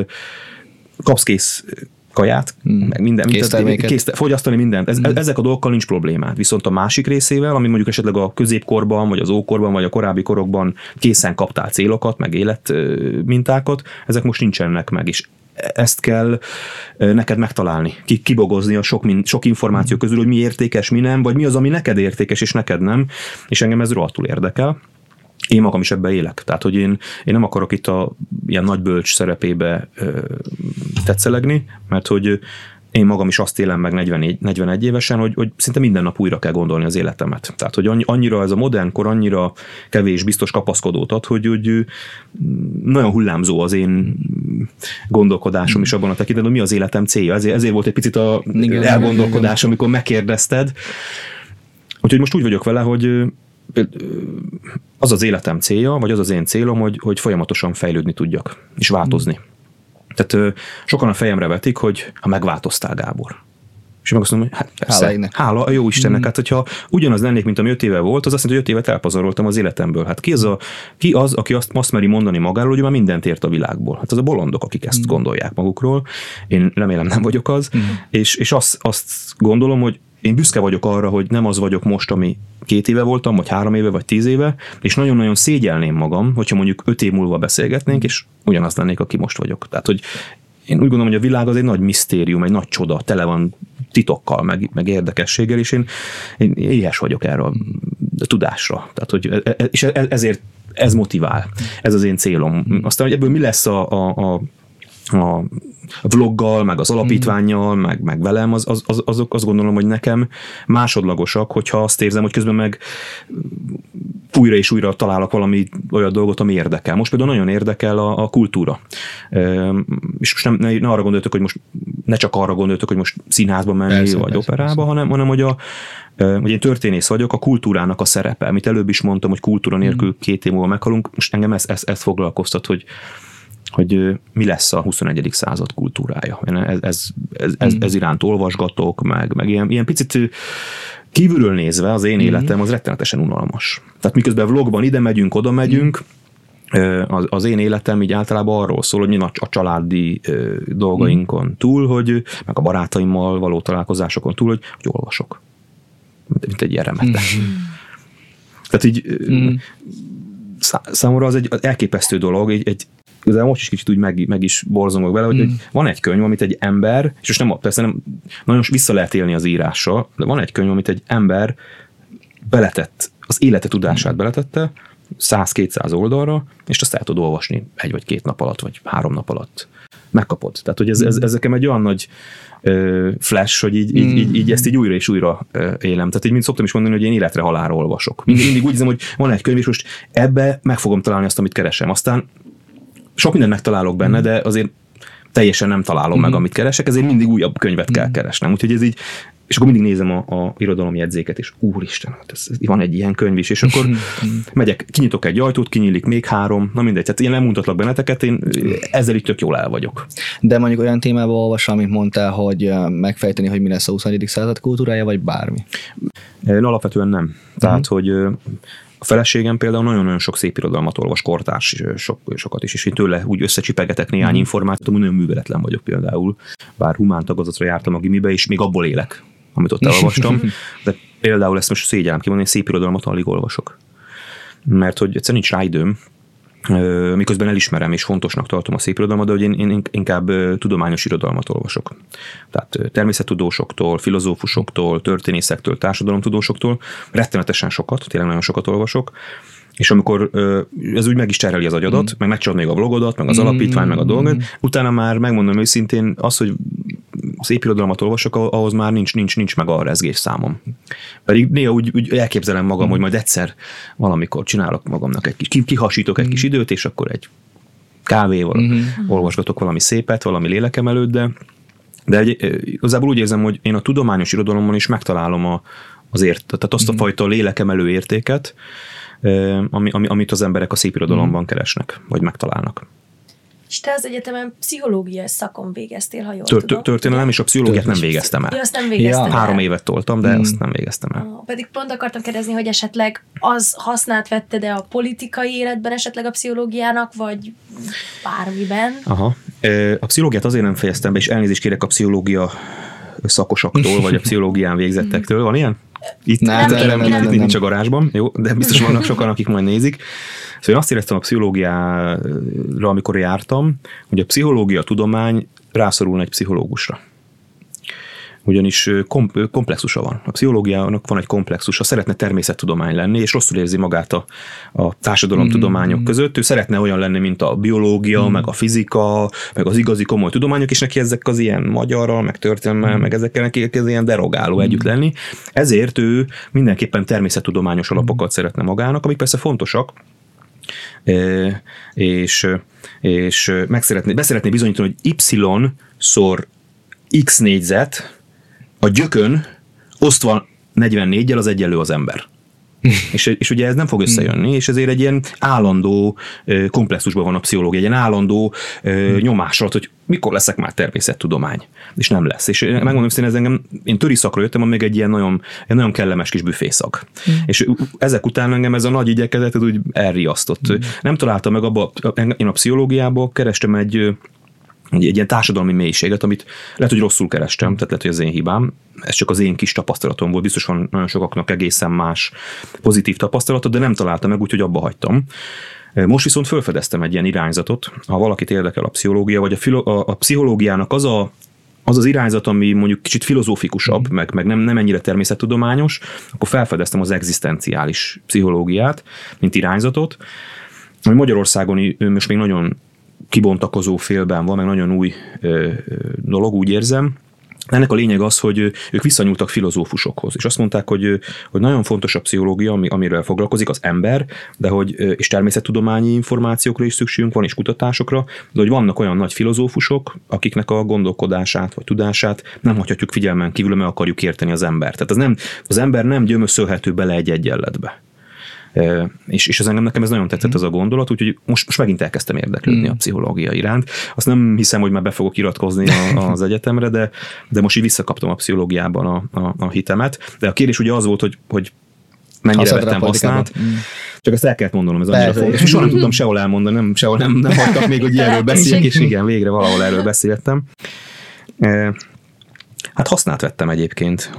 kapsz kész kaját, meg minden, fogyasztani mindent. Ezek a dolgokkal nincs problémád. Viszont a másik részével, ami mondjuk esetleg a középkorban, vagy az ókorban, vagy a korábbi korokban készen kaptál célokat, meg életmintákat, ezek most nincsenek meg is. Ezt kell neked megtalálni, kibogozni a sok információ közül, hogy mi értékes, mi nem, vagy mi az, ami neked értékes, és neked nem, és engem ez rohadtul érdekel. Én magam is ebbe élek. Tehát, hogy én nem akarok itt ilyen nagy bölcs szerepébe tetszelegni, mert hogy én magam is azt élem meg 41 évesen, hogy szinte minden nap újra kell gondolni az életemet. Tehát, hogy annyira ez a modern kor, annyira kevés biztos kapaszkodót ad, hogy nagyon hullámzó az én gondolkodásom is abban a tekintetben, hogy mi az életem célja. Ezért volt egy picit a elgondolkodás, amikor megkérdezted. Úgyhogy most úgy vagyok vele, hogy az az életem célja, vagy az az én célom, hogy folyamatosan fejlődni tudjak, és változni. Tehát sokan a fejemre vetik, hogy ha megváltoztál, Gábor. És meg azt mondom, hogy hát persze, hála a jó Istennek, hát hogyha ugyanaz lennék, mint ami 5 éve volt, az azt jelenti, hogy 5 évet elpazaroltam az életemből. Hát ki az, aki azt meri mondani magáról, hogy már mindent ért a világból? Hát az a bolondok, akik ezt gondolják magukról. Én remélem nem vagyok az, és azt gondolom, hogy én büszke vagyok arra, hogy nem az vagyok most, ami 2 éve voltam, vagy 3 éve, vagy 10 éve, és nagyon-nagyon szégyelném magam, hogyha mondjuk 5 év múlva beszélgetnénk, és ugyanaz lennék, aki most vagyok. Tehát, hogy én úgy gondolom, hogy a világ az egy nagy misztérium, egy nagy csoda, tele van titokkal, meg érdekességgel, és én éhes vagyok erre a tudásra. Tehát, hogy és ezért ez motivál. Ez az én célom. Aztán, hogy ebből mi lesz a vloggal, meg az alapítvánnyal, meg velem, azok azt gondolom, hogy nekem másodlagosak, hogyha azt érzem, hogy közben meg újra és újra találok valami olyan dolgot, ami érdekel. Most például nagyon érdekel a kultúra. És most ne arra gondoltok, hogy most ne csak arra gondoltok, hogy most színházba menni, vagy operába, hanem hogy hogy én történész vagyok, a kultúrának a szerepe. Amit előbb is mondtam, hogy kultúra nélkül 2 év múlva meghalunk, most engem ezt foglalkoztat, hogy mi lesz a 21. század kultúrája. Ez iránt olvasgatok, meg ilyen picit kívülről nézve az én életem az rettenetesen unalmas. Tehát miközben vlogban ide megyünk, oda megyünk, az én életem így általában arról szól, hogy mi a családi dolgainkon túl, meg a barátaimmal való találkozásokon túl, hogy olvasok. Mint egy ilyen remete. Tehát így számomra az egy elképesztő dolog, igazából most is kicsit úgy meg is borzongok vele, hogy van egy könyv, amit egy ember, és most persze nem nagyon vissza lehet élni az írással, de van egy könyv, amit egy ember beletett, az élete tudását beletette 100-200 oldalra, és azt el tud olvasni 1 vagy 2 nap alatt, vagy 3 nap alatt. Megkapod. Tehát, hogy ez nekem egy olyan nagy flash, hogy így ezt így újra és újra élem. Tehát így mind szoktam is mondani, hogy én életre halálra olvasok. Mindig úgy hiszem, hogy van egy könyv, és most ebbe meg fogom találni azt, amit keresem. Aztán sok mindent megtalálok benne, de azért teljesen nem találom meg, amit keresek, ezért mindig újabb könyvet kell keresnem. Úgyhogy ez így, és akkor mindig nézem a irodalomjegyzéket, és úristen, van egy ilyen könyv is, és akkor megyek, kinyitok egy ajtót, kinyílik még 3, na mindegy, tehát én nem mutatlak benneteket, én ezzel így tök jól el vagyok. De mondjuk olyan témában olvasol, amit mondtál, hogy megfejteni, hogy mi lesz a 21. század kultúrája, vagy bármi? Alapvetően nem. Tehát, hogy A feleségem például nagyon-nagyon sok szép irodalmat olvas, kortárs sokat is, és én tőle úgy összecsipegetek néhány információt, hogy nagyon műveletlen vagyok például, bár humán tagozatra jártam a gimibe, és még abból élek, amit ott elolvastam, de például ezt most szégyellem kimondani, szép irodalmat alig olvasok. Mert hogy egyszerűen nincs rá időm, miközben elismerem és fontosnak tartom a szép irodalmat, de hogy én inkább tudományos irodalmat olvasok. Tehát természettudósoktól, filozófusoktól, történészektől, társadalomtudósoktól rettenetesen sokat, tényleg nagyon sokat olvasok, és amikor ez úgy meg is tereli az agyadat, meg megcsinálod még a vlogodat, meg az alapítvány, meg a dolgod, utána már megmondom őszintén az, hogy szép irodalmat olvasok, ahhoz már nincs meg a rezgés számom. Pedig néha úgy elképzelem magam, hogy majd egyszer valamikor csinálok magamnak egy kis, kihasítok egy kis időt, és akkor egy kávéval olvasgatok valami szépet, valami lélekemelőt, de igazából úgy érzem, hogy én a tudományos irodalomban is megtalálom tehát azt a fajta lélekemelő értéket, amit az emberek a szép irodalomban keresnek, vagy megtalálnak. És te az egyetemen pszichológiai szakon végeztél, ha jól tudom. Történelem, és a pszichológiát nem végeztem el. Ja, azt nem végeztem el. 3 évet toltam, de azt nem végeztem el. Pedig pont akartam kérdezni, hogy esetleg az hasznát vetted-e a politikai életben esetleg a pszichológiának, vagy bármiben? Aha. A pszichológiát azért nem fejeztem be, és elnézést kérek a pszichológia szakosaktól, vagy a pszichológián végzettektől. Van ilyen? Itt nem. Nincs a garázsban, jó, de biztos vannak sokan, akik majd nézik. Szóval én azt éreztem a pszichológiára, amikor jártam, hogy a pszichológia tudomány rászorulna egy pszichológusra. Ugyanis komplexusa van. A pszichológiának van egy komplexusa, szeretne természettudomány lenni, és rosszul érzi magát a társadalomtudományok között. Ő szeretne olyan lenni, mint a biológia, meg a fizika, meg az igazi komoly tudományok, és neki ezek az ilyen magyarral, meg történelemmel, meg ezekkel neki ez ilyen derogáló együtt lenni. Ezért ő mindenképpen természettudományos alapokat szeretne magának, amik persze fontosak, és szeretné bizonyítani, hogy y x négyzet a gyökön osztva 44-jel az egyenlő az ember. és ugye ez nem fog összejönni, és ezért egy ilyen állandó komplexusban van a pszichológia, egy ilyen állandó nyomás alatt, hogy mikor leszek már természettudomány, és nem lesz. És megmondom szépen, én töriszakra jöttem, amíg egy ilyen nagyon kellemes kis büfészak. És ezek után engem ez a nagy igyekezet úgy elriasztott. Nem találtam meg én a pszichológiába kerestem egy ilyen társadalmi mélységet, amit lehet, hogy rosszul kerestem, tehát lehet, hogy az én hibám. Ez csak az én kis tapasztalatom volt. Biztos van nagyon sokaknak egészen más pozitív tapasztalatot, de nem találtam meg, úgyhogy abba hagytam. Most viszont felfedeztem egy ilyen irányzatot, ha valakit érdekel a pszichológia, vagy a pszichológiának az irányzat, ami mondjuk kicsit filozófikusabb, meg nem ennyire természettudományos, akkor felfedeztem az egzisztenciális pszichológiát, mint irányzatot, ami Magyarországon most még nagyon kibontakozó félben van, meg nagyon új dolog, úgy érzem. Ennek a lényeg az, hogy ők visszanyúltak filozófusokhoz, és azt mondták, hogy nagyon fontos a pszichológia, amiről foglalkozik, az ember, de és természettudományi információkra is szükségünk van, és kutatásokra, de hogy vannak olyan nagy filozófusok, akiknek a gondolkodását vagy tudását nem hagyhatjuk figyelmen kívül, mert akarjuk érteni az embert. Tehát az ember nem gyömöszölhető bele egy egyenletbe. És nekem ez nagyon tetszett ez a gondolat, úgyhogy most megint elkezdtem érdeklődni a pszichológia iránt. Azt nem hiszem, hogy már be fogok iratkozni az egyetemre, de most így visszakaptam a pszichológiában a hitemet. De a kérdés ugye az volt, hogy mennyire vettem hasznát. Csak ezt el kellett mondanom, ez annyira fontos. És soha nem tudtam sehol elmondani, sehol nem hagytak még, hogy erről beszéljek, és igen, végre valahol erről beszéltem. Hát hasznát vettem egyébként,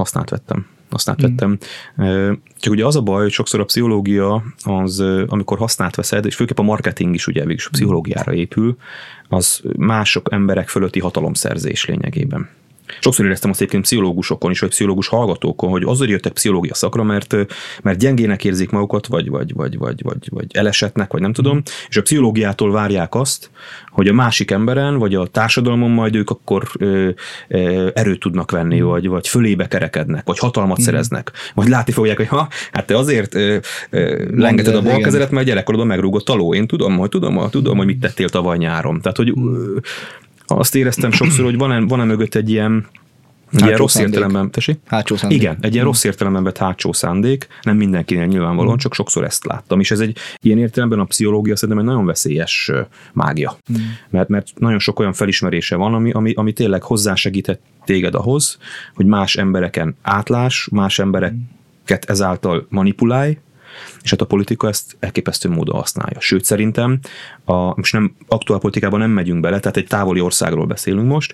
Csak ugye az a baj, hogy sokszor a pszichológia az, amikor hasznát veszed, és főképp a marketing is ugye végül a pszichológiára épül, az mások emberek fölötti hatalomszerzés lényegében. Sokszor éreztem azt egyébként pszichológusokon is, vagy pszichológus hallgatókon, hogy azért jöttek pszichológia szakra, mert gyengének érzik magukat, vagy elesetnek, vagy nem tudom, és a pszichológiától várják azt, hogy a másik emberen, vagy a társadalmon majd ők akkor erőt tudnak venni, vagy fölébe kerekednek, vagy hatalmat szereznek, vagy látni fogják, hogy hát te azért lengeted a bal kezedet, mert gyerekkorodban megrúgott a ló. Én tudom, hogy mit tettél tavaly nyáron. Tehát, hogy azt éreztem sokszor, hogy van-e mögött egy ilyen rossz értelemben, hátsó szándék. Igen, egy ilyen rossz értelemben vett hátsó szándék, nem mindenkinél nyilvánvalóan, csak sokszor ezt láttam, és ez egy ilyen értelemben a pszichológia szerintem egy nagyon veszélyes mágia, mert nagyon sok olyan felismerése van, ami tényleg hozzásegített téged ahhoz, hogy más embereken átláss, más embereket ezáltal manipulálj, és hát a politika ezt elképesztő módon használja. Sőt, szerintem, most nem aktuál politikában nem megyünk bele, tehát egy távoli országról beszélünk most,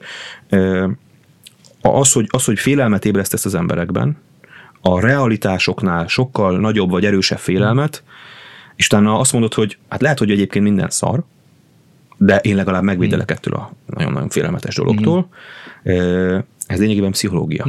az, hogy félelmet ébreszt az emberekben, a realitásoknál sokkal nagyobb vagy erősebb félelmet, és utána azt mondod, hogy hát lehet, hogy egyébként minden szar, de én legalább megvédelek ettől a nagyon-nagyon félelmetes dologtól. Ez lényegében pszichológia.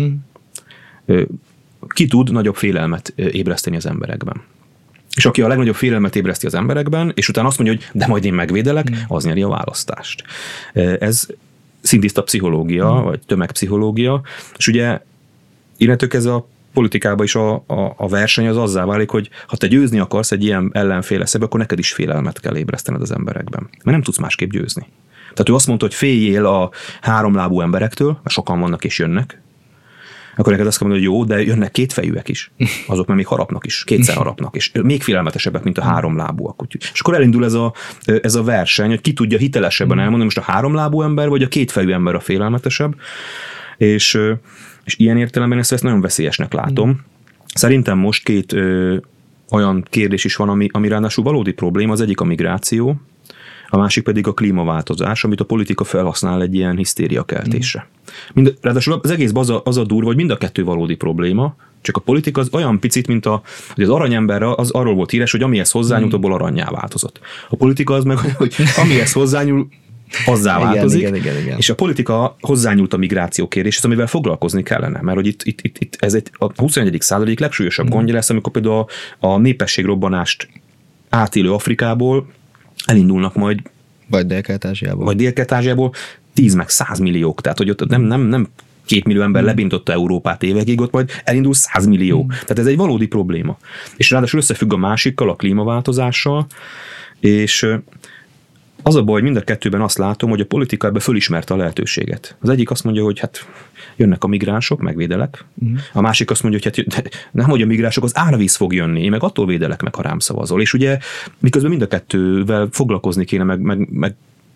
Ki tud nagyobb félelmet ébreszteni az emberekben? És aki a legnagyobb félelmet ébreszti az emberekben, és utána azt mondja, hogy de majd én megvédelek, az nyeri a választást. Ez szintiszta pszichológia, vagy tömegpszichológia, és ugye innentől ez a politikában is a verseny az azzá válik, hogy ha te győzni akarsz egy ilyen ellenféle szemben, akkor neked is félelmet kell ébresztened az emberekben. Mert nem tudsz másképp győzni. Tehát ő azt mondta, hogy féljél a háromlábú emberektől, mert sokan vannak és jönnek, akkor neked azt kell mondani, hogy jó, de jönnek kétfejűek is. Azok már még harapnak is, kétszer harapnak, és még félelmetesebbek, mint a háromlábúak. És akkor elindul ez a verseny, hogy ki tudja hitelesebben elmondani, most a háromlábú ember, vagy a kétfejű ember a félelmetesebb. És ilyen értelemben ezt nagyon veszélyesnek látom. Szerintem most két olyan kérdés is van, ami ráadásul valódi probléma. Az egyik a migráció, a másik pedig a klímaváltozás, amit a politika felhasznál egy ilyen hisztériakeltésre. Ráadásul az egészben az a durva, hogy mind a kettő valódi probléma, csak a politika az olyan picit, mint hogy az aranyember az arról volt híres, hogy amihez hozzányúlt, abból arannyá változott. A politika az meg, hogy amihez hozzányúl, azzá változik, igen. És a politika hozzányúlt a migráció kérdéshez, amivel foglalkozni kellene, mert hogy itt ez a 21. század legsúlyosabb gondja lesz, amikor például a népességrobbanást átélő Afrikából elindulnak majd vagy Dél-Kelet-Ázsiából 10 meg 100 milliók, tehát hogy ott nem 2 millió ember lebintotta Európát évekig, ott majd elindul 100 millió. Tehát ez egy valódi probléma. És ráadásul összefügg a másikkal, a klímaváltozással, és az a baj, hogy mind a kettőben azt látom, hogy a politika ebbe fölismerte a lehetőséget. Az egyik azt mondja, hogy hát jönnek a migránsok, megvédelek. A másik azt mondja, hogy hát nem, hogy a migránsok, az árvíz fog jönni, én meg attól védelek meg, ha rám szavazol. És ugye miközben mind a kettővel foglalkozni kéne, meg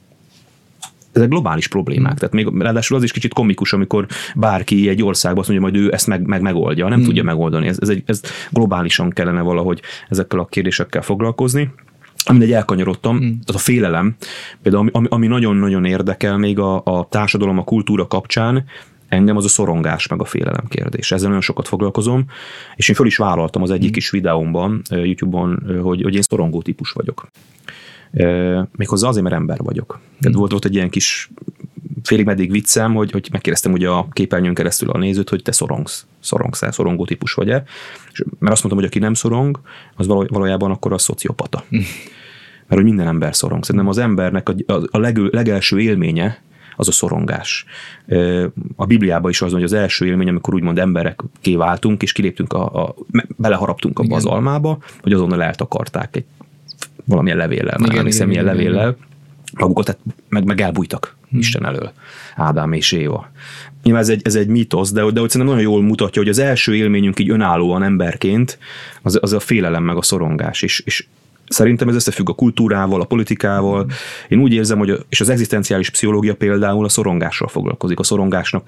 ezek globális problémák. Tehát még ráadásul az is kicsit komikus, amikor bárki egy országban azt mondja, majd ő ezt megoldja. Nem tudja megoldani. Ez globálisan kellene valahogy ezekkel a kérdésekkel foglalkozni. Mindegy, elkanyarodtam, tehát a félelem, például ami nagyon-nagyon érdekel még a társadalom, a kultúra kapcsán, engem az a szorongás meg a félelem kérdés. Ezzel nagyon sokat foglalkozom, és én föl is vállaltam az egyik kis videómban, YouTube-on, hogy én szorongó típus vagyok. Méghozzá azért, mert ember vagyok. Tehát volt egy ilyen kis félig meddig viccem, hogy megkérdeztem ugye a képernyőn keresztül a nézőt, hogy te szorongsz-e, szorongó típus vagy-e. Mert azt mondtam, hogy aki nem szorong, az valójában akkor a szociopata. Mert hogy minden ember szorong. Szerintem az embernek a legelső élménye az a szorongás. A Bibliában is az, hogy az első élmény, amikor úgymond emberekké váltunk, és kiléptünk, beleharaptunk abba az almába, hogy azonnal eltakarták valamilyen levéllel, már nem hiszem, milyen levéllel, magukat, meg elbújtak Isten elől, Ádám és Éva. Nyilván ez egy mítosz, de hogy szerintem nagyon jól mutatja, hogy az első élményünk így önállóan emberként, az a félelem meg a szorongás, és szerintem ez összefügg a kultúrával, a politikával. Én úgy érzem, hogy és az egzisztenciális pszichológia például a szorongással foglalkozik, a szorongásnak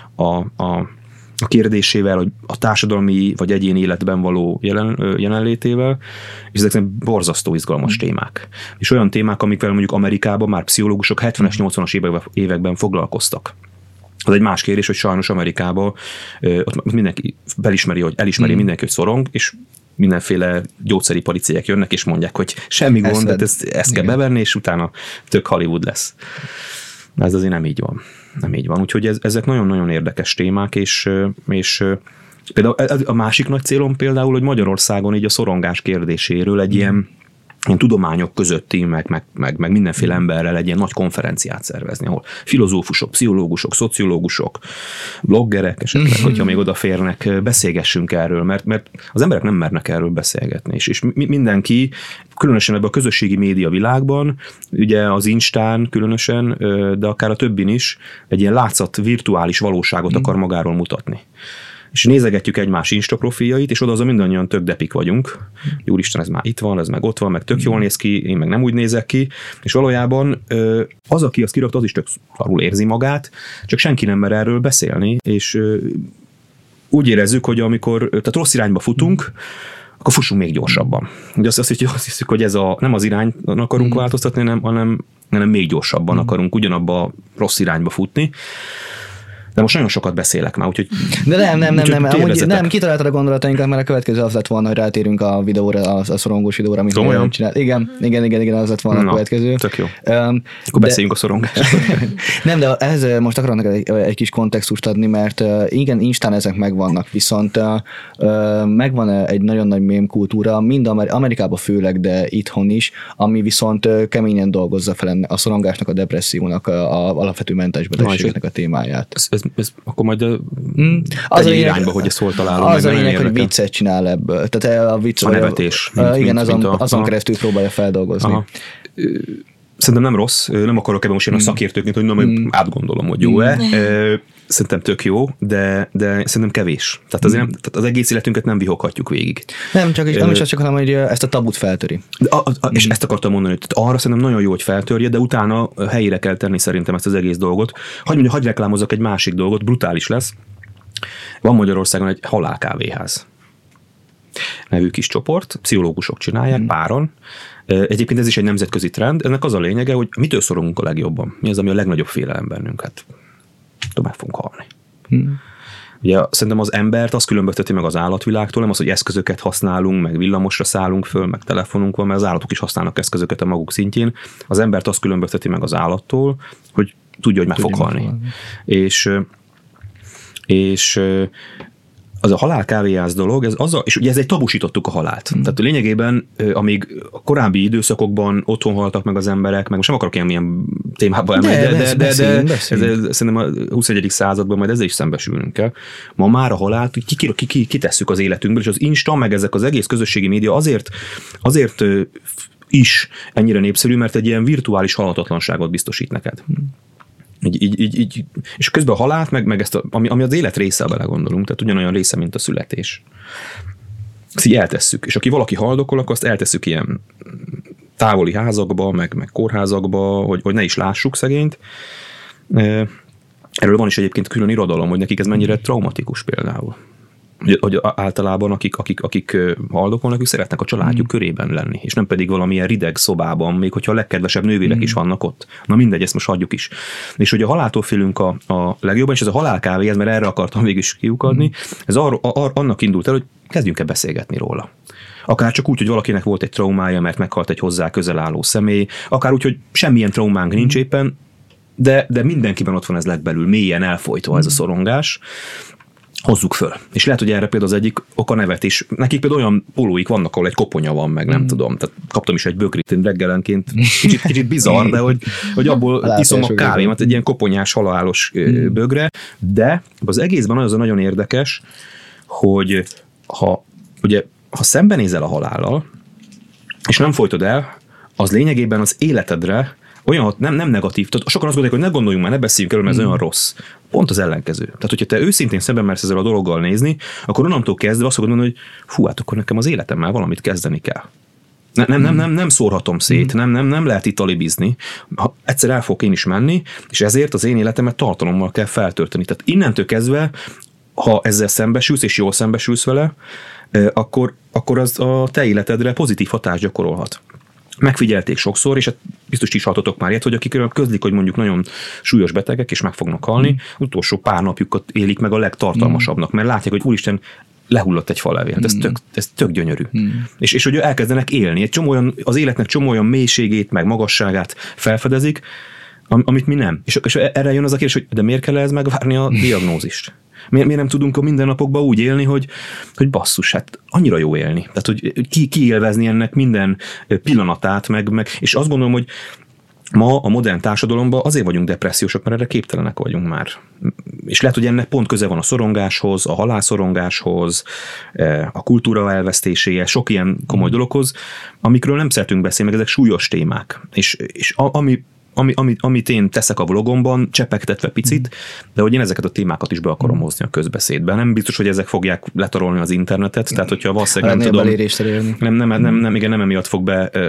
a kérdésével, hogy a társadalmi vagy egyéni életben való jelenlétével, és ezek borzasztó izgalmas témák. És olyan témák, amikvel mondjuk Amerikában már pszichológusok 70-es, 80-as években foglalkoztak. Az egy más kérdés, hogy sajnos Amerikában ott mindenki elismeri mindenki, hogy szorong, és mindenféle gyógyszeripari cégek jönnek, és mondják, hogy semmi gond, de ezt kell bevenni, és utána tök Hollywood lesz. De ez azért nem így van. Nem így van. Úgyhogy ezek nagyon-nagyon érdekes témák, és például a másik nagy célom például, hogy Magyarországon így a szorongás kérdéséről egy ilyen tudományok közötti, meg mindenféle emberrel egy ilyen nagy konferenciát szervezni, ahol filozófusok, pszichológusok, szociológusok, bloggerek esetleg, hogyha még odaférnek, beszélgessünk erről, mert az emberek nem mernek erről beszélgetni. És mindenki, különösen ebben a közösségi média világban, ugye az Instán különösen, de akár a többin is, egy ilyen látszat virtuális valóságot akar magáról mutatni. És nézegetjük egymás Insta profiljait, és oda mindannyian tök depik vagyunk. Úristen, ez már itt van, ez meg ott van, meg tök jól néz ki, én meg nem úgy nézek ki. És valójában az, aki azt kirakta, az is tök szarul érzi magát, csak senki nem mer erről beszélni, és úgy érezzük, hogy tehát rossz irányba futunk, akkor fussunk még gyorsabban. Ugye azt hiszük, hogy ez nem az irány akarunk változtatni, hanem még gyorsabban akarunk ugyanabba a rossz irányba futni. De most nagyon sokat beszélek már, úgyhogy... De nem, kitaláltad a gondolatainkat, mert a következő az lett volna, hogy rátérünk a videóra, a szorongós videóra, amit olyan csinált. Igen, az lett volna a következő. Tök jó. Akkor beszéljünk a szorongásról. Nem, de ehhez most akarok egy kis kontextust adni, mert igen, Instán ezek megvannak, viszont megvan egy nagyon nagy mém kultúra, mind Amerikában főleg, de itthon is, ami viszont keményen dolgozza fel a szorongásnak, a depressziónak, a alapvető mentális betegségeknek a témáját. Ez akkor majd az a irányba, hogy ezt hol találom. Az a lényeg, hogy viccet csinál ebből. Tehát a vicc, a nevetés. Igen, azon keresztül próbálja feldolgozni. Szerintem nem rossz, nem akarok ebben most én a szakértőként, hogy átgondolom, hogy jó-e. Szerintem tök jó, de szerintem kevés. Tehát azért tehát az egész életünket nem vihoghatjuk végig. Nem is az csak, hanem hogy ezt a tabut feltöri. És ezt akartam mondani, hogy arra szerintem nagyon jó, hogy feltörje, de utána helyére kell tenni szerintem ezt az egész dolgot. Hagy reklámozzak egy másik dolgot, brutális lesz. Van Magyarországon egy halálkávéház nevű kis csoport, pszichológusok csinálják páron. Egyébként ez is egy nemzetközi trend. Ennek az a lényege, hogy mitől szorongunk a legjobban? Mi az, ami a legnagyobb félelem bennünk? Hát meg fogunk halni. Ugye szerintem az embert az különbözteti meg az állatvilágtól, nem az, hogy eszközöket használunk, meg villamosra szállunk föl, meg telefonunk van, mert az állatok is használnak eszközöket a maguk szintjén. Az embert az különbözteti meg az állattól, hogy tudja, hogy meg fog halni. És az a halálkávéház dolog, és ugye ez egy tabusítottuk a halált. Tehát lényegében, amíg a korábbi időszakokban otthon haltak meg az emberek, meg most nem akarok ilyen témába emelni, de szerintem a 21. században majd ezzel is szembesülnünk kell. Ma már a halált kitesszük az életünkből, és az Insta, meg ezek az egész közösségi média azért is ennyire népszerű, mert egy ilyen virtuális halhatatlanságot biztosít neked. Így, és közben a halált, meg ezt, ami az élet része, belegondolunk, tehát ugyanolyan része, mint a születés. Ezt így eltesszük, és aki valaki haldokol, akkor azt eltesszük ilyen távoli házakba, meg kórházakba, hogy ne is lássuk szegényt. Erről van is egyébként külön irodalom, hogy nekik ez mennyire traumatikus például. Hogy általában akik haldokolnak, ők szeretnek a családjuk körében lenni, és nem pedig valamilyen rideg szobában, még hogyha a legkedvesebb nővérek is vannak ott. Na mindegy, ezt most hagyjuk is. És hogy a haláltól félünk a legjobban, és ez a halálkávé, ez, mert erre akartam végig is kiukadni, ez annak indult el, hogy kezdjünk el beszélgetni róla. Akár csak úgy, hogy valakinek volt egy traumája, mert meghalt egy hozzá közel álló személy, akár úgy, hogy semmilyen traumánk nincs éppen, de mindenkiben ott van ez legbelül, mélyen elfolytva ez a szorongás. Hozzuk föl. És lehet, hogy erre például az egyik oka nevetés. Nekik például olyan pólóik vannak, ahol egy koponya van, meg nem tudom. Tehát kaptam is egy bögrit reggelenként. Kicsit bizarr, de hogy abból iszom a kávémat, egy ilyen koponyás, halálos bögre. De az egészben az nagyon érdekes, hogy ha szembenézel a halállal, és nem folytod el, az lényegében az életedre olyan, nem negatív. Tehát sokan azt gondolják, hogy ne gondoljunk már, ne beszéljünk erről, mert ez olyan rossz. Pont az ellenkező. Tehát, hogyha te őszintén szemben mersz ezzel a dologgal nézni, akkor onnantól kezdve azt fogod mondani, hogy hát akkor nekem az életemmel valamit kezdeni kell. Nem szórhatom szét, nem lehet itt alibizni. Egyszer el fogok én is menni, és ezért az én életemet tartalommal kell feltölteni. Tehát innentől kezdve, ha ezzel szembesülsz, és jól szembesülsz vele, akkor az a te életedre pozitív hatást gyakorolhat. Megfigyelték sokszor, és biztos is hallottatok már ilyet, hogy akik közlik, hogy mondjuk nagyon súlyos betegek, és meg fognak halni, utolsó pár napjukat élik meg a legtartalmasabbnak, mert látják, hogy úristen, lehullott egy falevél. Ez tök gyönyörű. És hogy elkezdenek élni. Az életnek csomó olyan mélységét, meg magasságát felfedezik, amit mi nem. És erre jön az a kérdés, hogy de miért kell ez megvárni a diagnózist? Miért nem tudunk a mindennapokban úgy élni, hogy basszus, hát annyira jó élni. Tehát, hogy kiélvezni ennek minden pillanatát, meg és azt gondolom, hogy ma a modern társadalomban azért vagyunk depressziósak, mert erre képtelenek vagyunk már. És lehet, hogy ennek pont köze van a szorongáshoz, a halálszorongáshoz, a kultúra elvesztéséhez, sok ilyen komoly dologhoz, amikről nem szeretünk beszélni, meg ezek súlyos témák. És amit én teszek a vlogomban, csepegtetve picit, de hogy én ezeket a témákat is be akarom hozni a közbeszédbe. Nem biztos, hogy ezek fogják letarolni az internetet, tehát hogyha valószínűleg nem tudom, nem emiatt fog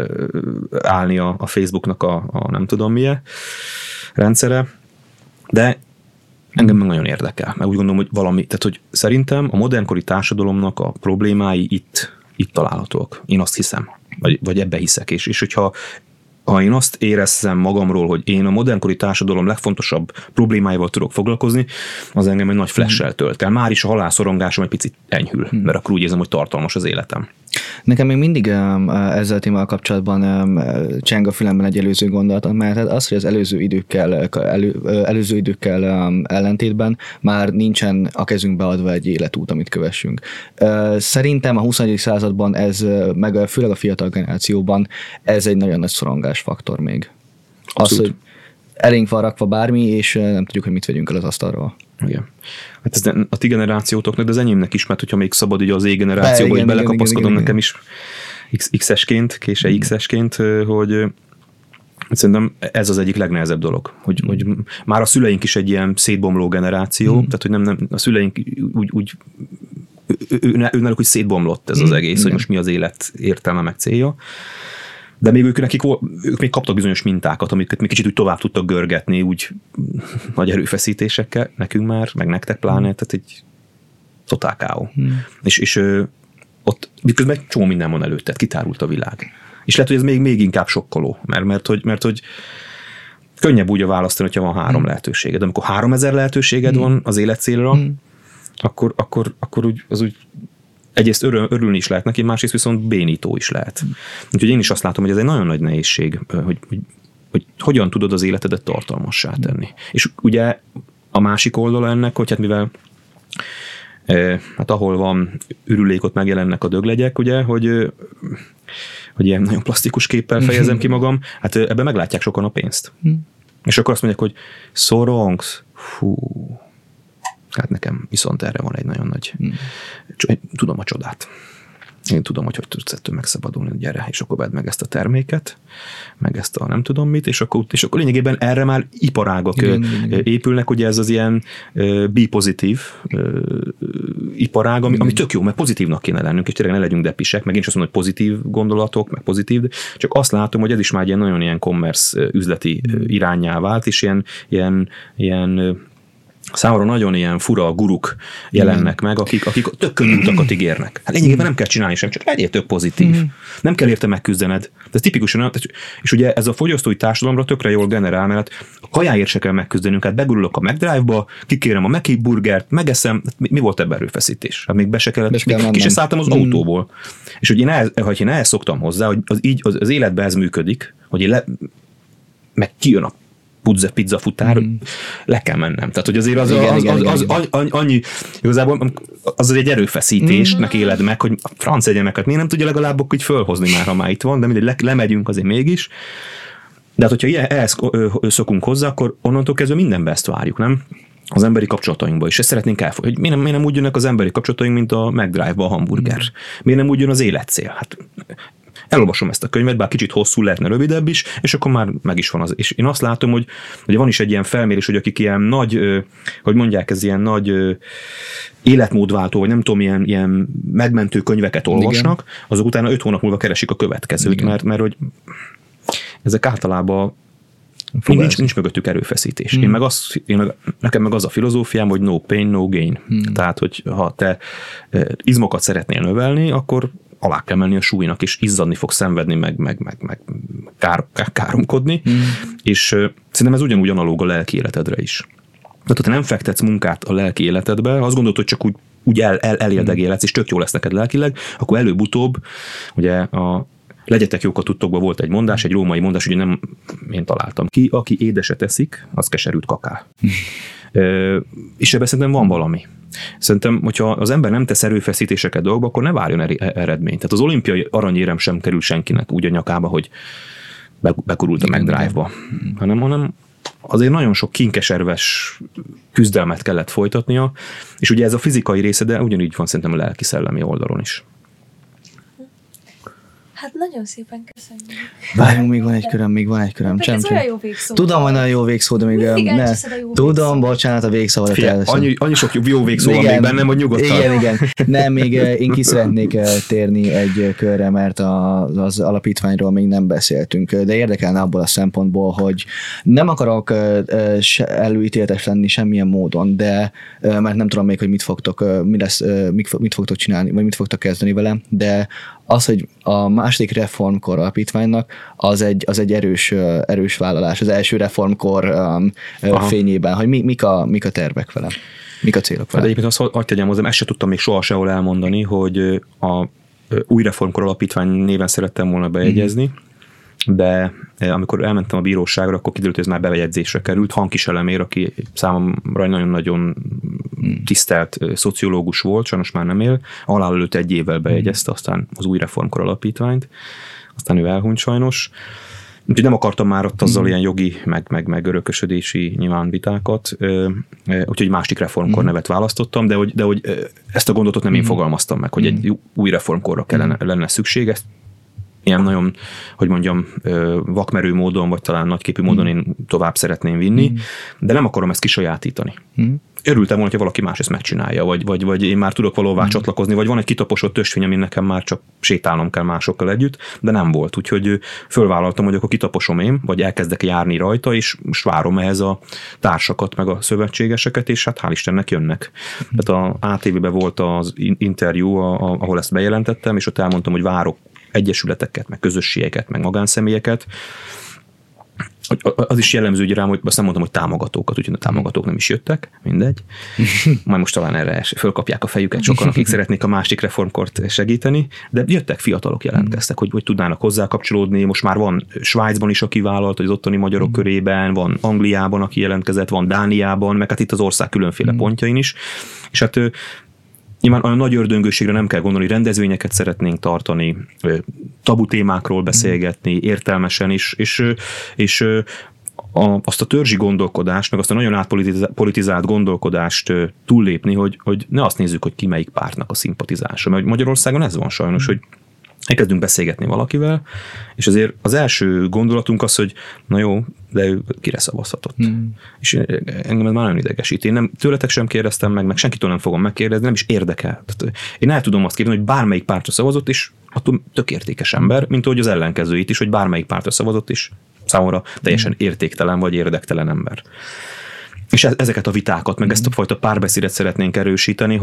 beállni a Facebooknak a nem tudom milyen rendszere, de engem meg nagyon érdekel, mert úgy gondolom, hogy valami, tehát hogy szerintem a modernkori társadalomnak a problémái itt itt találhatóak. Én azt hiszem, vagy ebbe hiszek. És hogyha én azt érezzem magamról, hogy én a modernkori társadalom legfontosabb problémáival tudok foglalkozni, az engem egy nagy flash-sel tölt el. Már is a halálszorongásom egy picit enyhül, mert akkor úgy érzem, hogy tartalmas az életem. Nekem még mindig ezzel a témával kapcsolatban cseng a fülemben egy előző gondolat, mert az, hogy az előző időkkel ellentétben már nincsen a kezünkbe adva egy életút, amit kövessünk. Szerintem a 21. században ez, meg főleg a fiatal generációban ez egy nagyon nagy szorongásfaktor még. Abszolút. Az, hogy elénk van rakva bármi, és nem tudjuk, hogy mit vegyünk el az asztalról. Igen. Hát ez a ti generációtoknak, de az enyémnek is, mert hogyha még szabad ugye az generációba, hogy belekapaszkodom nekem is X-esként, kése X-esként, hogy szerintem ez az egyik legnehezebb dolog, hogy már a szüleink is egy ilyen szétbomló generáció, tehát hogy nem a szüleink úgy őnáluk, hogy szétbomlott ez az egész, hogy most mi az élet értelme meg célja. De még ők még kaptak bizonyos mintákat, amiket még kicsit úgy tovább tudtak görgetni, úgy nagy erőfeszítésekkel, nekünk már, meg nektek pláne, tehát egy totál káó. És ott miközben egy csomó minden van előtted, kitárult a világ. És lehet, hogy ez még inkább sokkoló, mert hogy könnyebb úgy a választani, hogyha van 3 lehetőséged. De amikor 3000 lehetőséged van az életcélra, akkor úgy egyrészt örülni is lehet neki, másrészt viszont bénító is lehet. Úgyhogy én is azt látom, hogy ez egy nagyon nagy nehézség, hogy hogyan tudod az életedet tartalmassá tenni. És ugye a másik oldala ennek, hogy hát mivel hát ahol van ürülék, ott megjelennek a döglegyek, ugye, hogy ilyen nagyon plastikus képpel fejezem ki magam, hát ebben meglátják sokan a pénzt. És akkor azt mondják, hogy szorongsz, hát nekem viszont erre van egy nagyon nagy... Tudom a csodát. Én tudom, hogy tudsz ettől megszabadulni, gyere, és akkor vedd meg ezt a terméket, meg ezt a nem tudom mit, és akkor lényegében erre már iparágak épülnek, ugye ez az ilyen B-pozitív iparág, ami tök jó, mert pozitívnak kéne lennünk, és tényleg ne legyünk depisek, meg én is azt mondom, hogy pozitív gondolatok, meg pozitív, csak azt látom, hogy ez is már nagyon ilyen commerce üzleti iránnyá vált, és ilyen számomra nagyon ilyen fura guruk jelennek meg, akik tök könnyű utakat ígérnek. Hát lényegében nem kell csinálni sem, csak legyél tök pozitív. Nem kell érte megküzdened. De ez tipikusan, és ugye ez a fogyasztói társadalomra tökre jól generál, mert a kajáért se kell megküzdenünk, hát begurulok a McDrive-ba, kikérem a Mackie burgert, megeszem, mi volt ebben erőfeszítés? Hát még be se kellett, ki se szálltam az autóból. És hogy én ehhez szoktam hozzá, hogy az életben ez működik, hogy meg kijön a pizza futár, le kell mennem. Tehát, hogy azért annyi, igazából az egy erőfeszítésnek éled meg, hogy a franc egyeneket miért nem tudja legalább így fölhozni már, ha már itt van, de mindegy, lemegyünk azért mégis. De hát, hogyha ehhez szokunk hozzá, akkor onnantól kezdve mindenben ezt várjuk, nem? Az emberi kapcsolatainkban is. Ezt szeretnénk elfogadni. Miért nem úgy jönnek az emberi kapcsolataink, mint a McDrive-ba a hamburger? Miért nem úgy jön az életcél? Hát elolvasom ezt a könyvet, bár kicsit hosszú, lehetne rövidebb is, és akkor már meg is van az. És én azt látom, hogy van is egy ilyen felmérés, hogy akik ilyen nagy, hogy mondják, ez ilyen nagy életmódváltó, vagy nem tudom, ilyen megmentő könyveket olvasnak, igen, azok utána 5 hónap múlva keresik a következőt, mert hogy ezek általában nincs mögöttük erőfeszítés. Nekem meg az a filozófiám, hogy no pain, no gain. Tehát, hogy ha te izmokat szeretnél növelni, akkor alá kell menni a súlynak, és izzadni fog, szenvedni, meg káromkodni, és szerintem ez ugyanúgy analóg a lelki életedre is. Tehát, ha te nem fektetsz munkát a lelki életedbe, ha azt gondolod, hogy csak úgy elérdegélhetsz, és tök jó lesz neked lelkileg, akkor előbb-utóbb, ugye a legyetek jók a tudtokban volt egy mondás, egy római mondás, ugye nem én találtam ki, aki édeset eszik, az keserűt kakál. És ebben szerintem van valami. Szerintem, hogyha az ember nem tesz erőfeszítéseket dolgokba, akkor ne várjon eredményt. Tehát az olimpiai aranyérem sem kerül senkinek úgy a nyakába, hogy bekurult a McDrive-ba, hanem azért nagyon sok kinkeserves küzdelmet kellett folytatnia, és ugye ez a fizikai része, de ugyanígy van szerintem a lelki-szellemi oldalon is. Hát nagyon szépen köszönjük. Várjunk, még van egy köröm. Ez olyan jó végszó. Tudom, hogy nagyon jó végszó, de még ne. Tudom, bocsánat, a végszavadat elveszem. Annyi sok jó végszó van még bennem, hogy nyugodtan. Igen. Nem, még én ki szeretnék térni egy körre, mert az alapítványról még nem beszéltünk, de érdekelne abból a szempontból, hogy nem akarok előítéletes lenni semmilyen módon, de mert nem tudom még, hogy mit fogtok csinálni, vagy mit fogtok kezdeni vele, de az, hogy a második reformkor alapítványnak az egy erős vállalás, az első reformkor fényében, hogy mik a tervek vele, mik a célok vele. Hát egyébként azt hagyd tegyem hozzám, ezt se tudtam még soha sehol elmondani, hogy a új reformkor alapítvány néven szerettem volna bejegyezni, de amikor elmentem a bíróságra, akkor kiderült, hogy ez már bejegyzésre került. Hankis Elemér, aki számomra nagyon-nagyon tisztelt szociológus volt, sajnos már nem él, halál előtt 1 évvel bejegyezte aztán az új reformkor alapítványt, aztán ő elhunyt sajnos. Úgyhogy nem akartam már ott azzal ilyen jogi, meg örökösödési nyilván vitákat, úgyhogy másik reformkor nevet választottam, de hogy ezt a gondolatot nem én fogalmaztam meg, hogy egy új reformkorra lenne szükség, ezt ilyen nagyon, hogy mondjam, vakmerő módon, vagy talán nagyképű módon én tovább szeretném vinni, de nem akarom ezt kisajátítani. Örültem volna, hogy valaki más ezt megcsinálja, vagy én már tudok valahová csatlakozni, vagy van egy kitaposott ösvény, amin nekem már csak sétálnom kell másokkal együtt, de nem volt. Úgyhogy fölvállaltam, hogy akkor kitaposom én, vagy elkezdek járni rajta, és most várom ehhez a társakat, meg a szövetségeseket, és hát hál' Istennek jönnek. Tehát a ATV-ben volt az interjú, ahol ezt bejelentettem, és ott elmondtam, hogy várok egyesületeket, meg közösségeket, meg magánszemélyeket. Az is jellemző, hogy rám, hogy azt nem mondtam, hogy támogatókat, úgyhogy a támogatók nem is jöttek, mindegy. Majd most talán erre fölkapják a fejüket sokan, akik szeretnék a másik reformkort segíteni, de jöttek, fiatalok jelentkeztek, hogy tudnának hozzá kapcsolódni. Most már van Svájcban is, aki vállalt, az ottani magyarok körében, van Angliában, aki jelentkezett, van Dániában, meg hát itt az ország különféle pontjain is. És hát nyilván olyan nagy ördöngőségre nem kell gondolni, rendezvényeket szeretnénk tartani, tabu témákról beszélgetni, értelmesen is, és azt a törzsi gondolkodást, meg azt a nagyon átpolitizált gondolkodást túllépni, hogy ne azt nézzük, hogy ki melyik pártnak a szimpatizása. Mert Magyarországon ez van sajnos, hogy elkezdünk beszélgetni valakivel, és azért az első gondolatunk az, hogy na jó, de ő kire szavazhatott. És engem ez már nagyon idegesít. Én nem tőletek sem kérdeztem meg senkitől nem fogom megkérdezni, nem is érdekel. Tehát én el tudom azt képzelni, hogy bármelyik pártra szavazott, és attól tök értékes ember, mint ahogy az ellenkezőit is, hogy bármelyik pártra szavazott, és számomra teljesen értéktelen vagy érdektelen ember. És ezeket a vitákat, meg ezt a fajta párbeszédet szeretnénk erősíteni,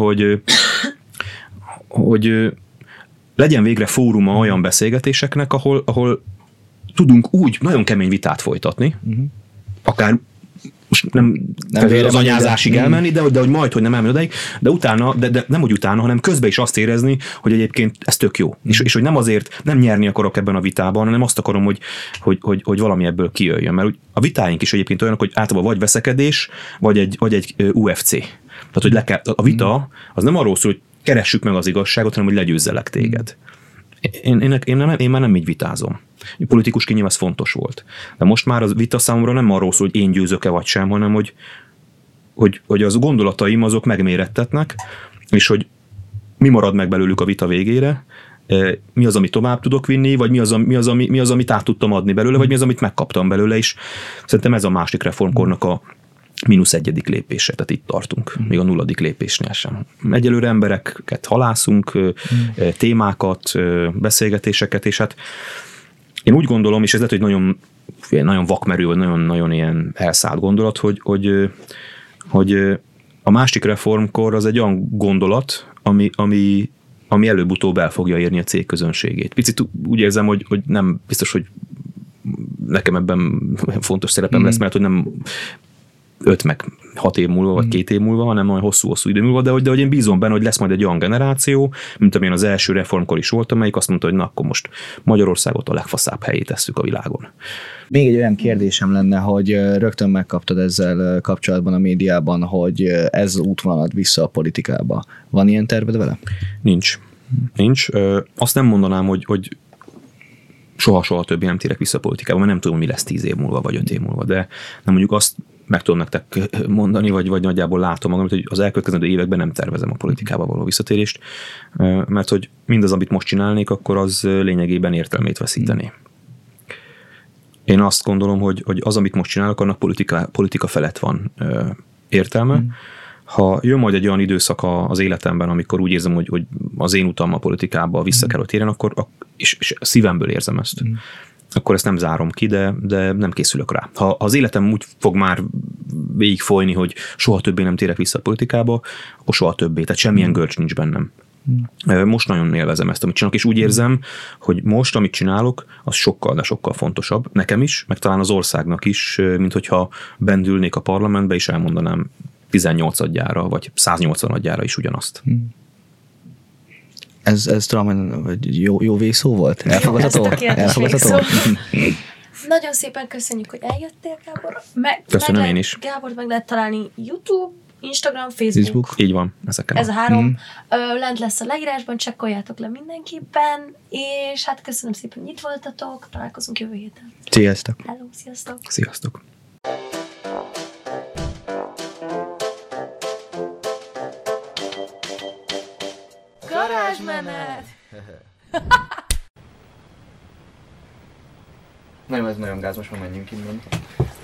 hogy legyen végre fóruma olyan beszélgetéseknek, ahol tudunk úgy nagyon kemény vitát folytatni, akár most nem az anyázásig elmenni, de hogy majd, hogy nem elmenni odaig, de utána, de nem úgy utána, hanem közben is azt érezni, hogy egyébként ez tök jó. És hogy nem azért, nem nyerni akarok ebben a vitában, hanem azt akarom, hogy valami ebből kijöjjön. Mert a vitáink is egyébként olyanok, hogy általában vagy veszekedés, vagy egy UFC. Tehát, hogy a vita az nem arról szól, hogy keressük meg az igazságot, hanem hogy legyőzzelek téged. Én már nem így vitázom. Politikusként nyilván ez fontos volt. De most már az vita számomra nem arról szól, hogy én győzök-e vagy sem, hanem hogy az gondolataim azok megmérettetnek, és hogy mi marad meg belőlük a vita végére, mi az, amit tovább tudok vinni, vagy mi az, amit át tudtam adni belőle, vagy mi az, amit megkaptam belőle, és szerintem ez a másik reformkornak a -1. lépése, tehát itt tartunk, még a 0. lépésnél sem. Egyelőre embereket halászunk, témákat, beszélgetéseket, és hát én úgy gondolom, és ez lehet, hogy nagyon vakmerő, vagy nagyon ilyen elszállt gondolat, hogy a másik reformkor az egy olyan gondolat, ami előbb-utóbb el fogja érni a cégközönségét. Picit úgy érzem, hogy nem biztos, hogy nekem ebben fontos szerepem lesz, mert hogy nem 5 meg 6 év múlva, vagy 2 év múlva, hanem olyan hosszú-hosszú idő múlva, de hogy én bízom benne, hogy lesz majd egy olyan generáció, mint amilyen az első reformkor is volt, amelyik azt mondta, hogy na, akkor most Magyarországot a legfaszább helyét tesszük a világon. Még egy olyan kérdésem lenne, hogy rögtön megkaptad ezzel kapcsolatban a médiában, hogy ez az útvonalat vissza a politikába. Van ilyen terved vele? Nincs. Azt nem mondanám, hogy soha többé nem térek vissza a politikába, mert nem tudom, mi lesz 10 év múlva, vagy 5 év múlva, de nem mondjuk azt meg tudom nektek mondani, vagy nagyjából látom magam, hogy az elkövetkező években nem tervezem a politikába való visszatérést, mert hogy mindaz, amit most csinálnék, akkor az lényegében értelmét veszíteni. Én azt gondolom, hogy az, amit most csinálok, annak politika felett van értelme. Ha jön majd egy olyan időszak az életemben, amikor úgy érzem, hogy az én utam a politikába vissza kell, hogy térjen, akkor, és szívemből érzem ezt, akkor ezt nem zárom ki, de nem készülök rá. Ha az életem úgy fog már végig folyni, hogy soha többé nem térek vissza a politikába, akkor soha többé, tehát semmilyen görcs nincs bennem. Most nagyon élvezem ezt, amit csinálok, és úgy érzem, hogy most, amit csinálok, az sokkal, de sokkal fontosabb nekem is, meg talán az országnak is, mint hogyha bent ülnék a parlamentbe, és elmondanám 18-adjára, vagy 180-adjára is ugyanazt. Ez talán jó végszó volt? Elfogadható? Nagyon szépen köszönjük, hogy eljöttél, Gábor. Köszönöm én is. Gábort meg lehet találni YouTube, Instagram, Facebook. Így van, ezeken. Ez a 3. Lent lesz a leírásban, csekkoljátok le mindenképpen, és hát köszönöm szépen, hogy itt voltatok, találkozunk jövő héten. Sziasztok! Hello, sziasztok! Sziasztok! Garázsmenet! Nem, ez nagyon gáz, most már menjünk innen.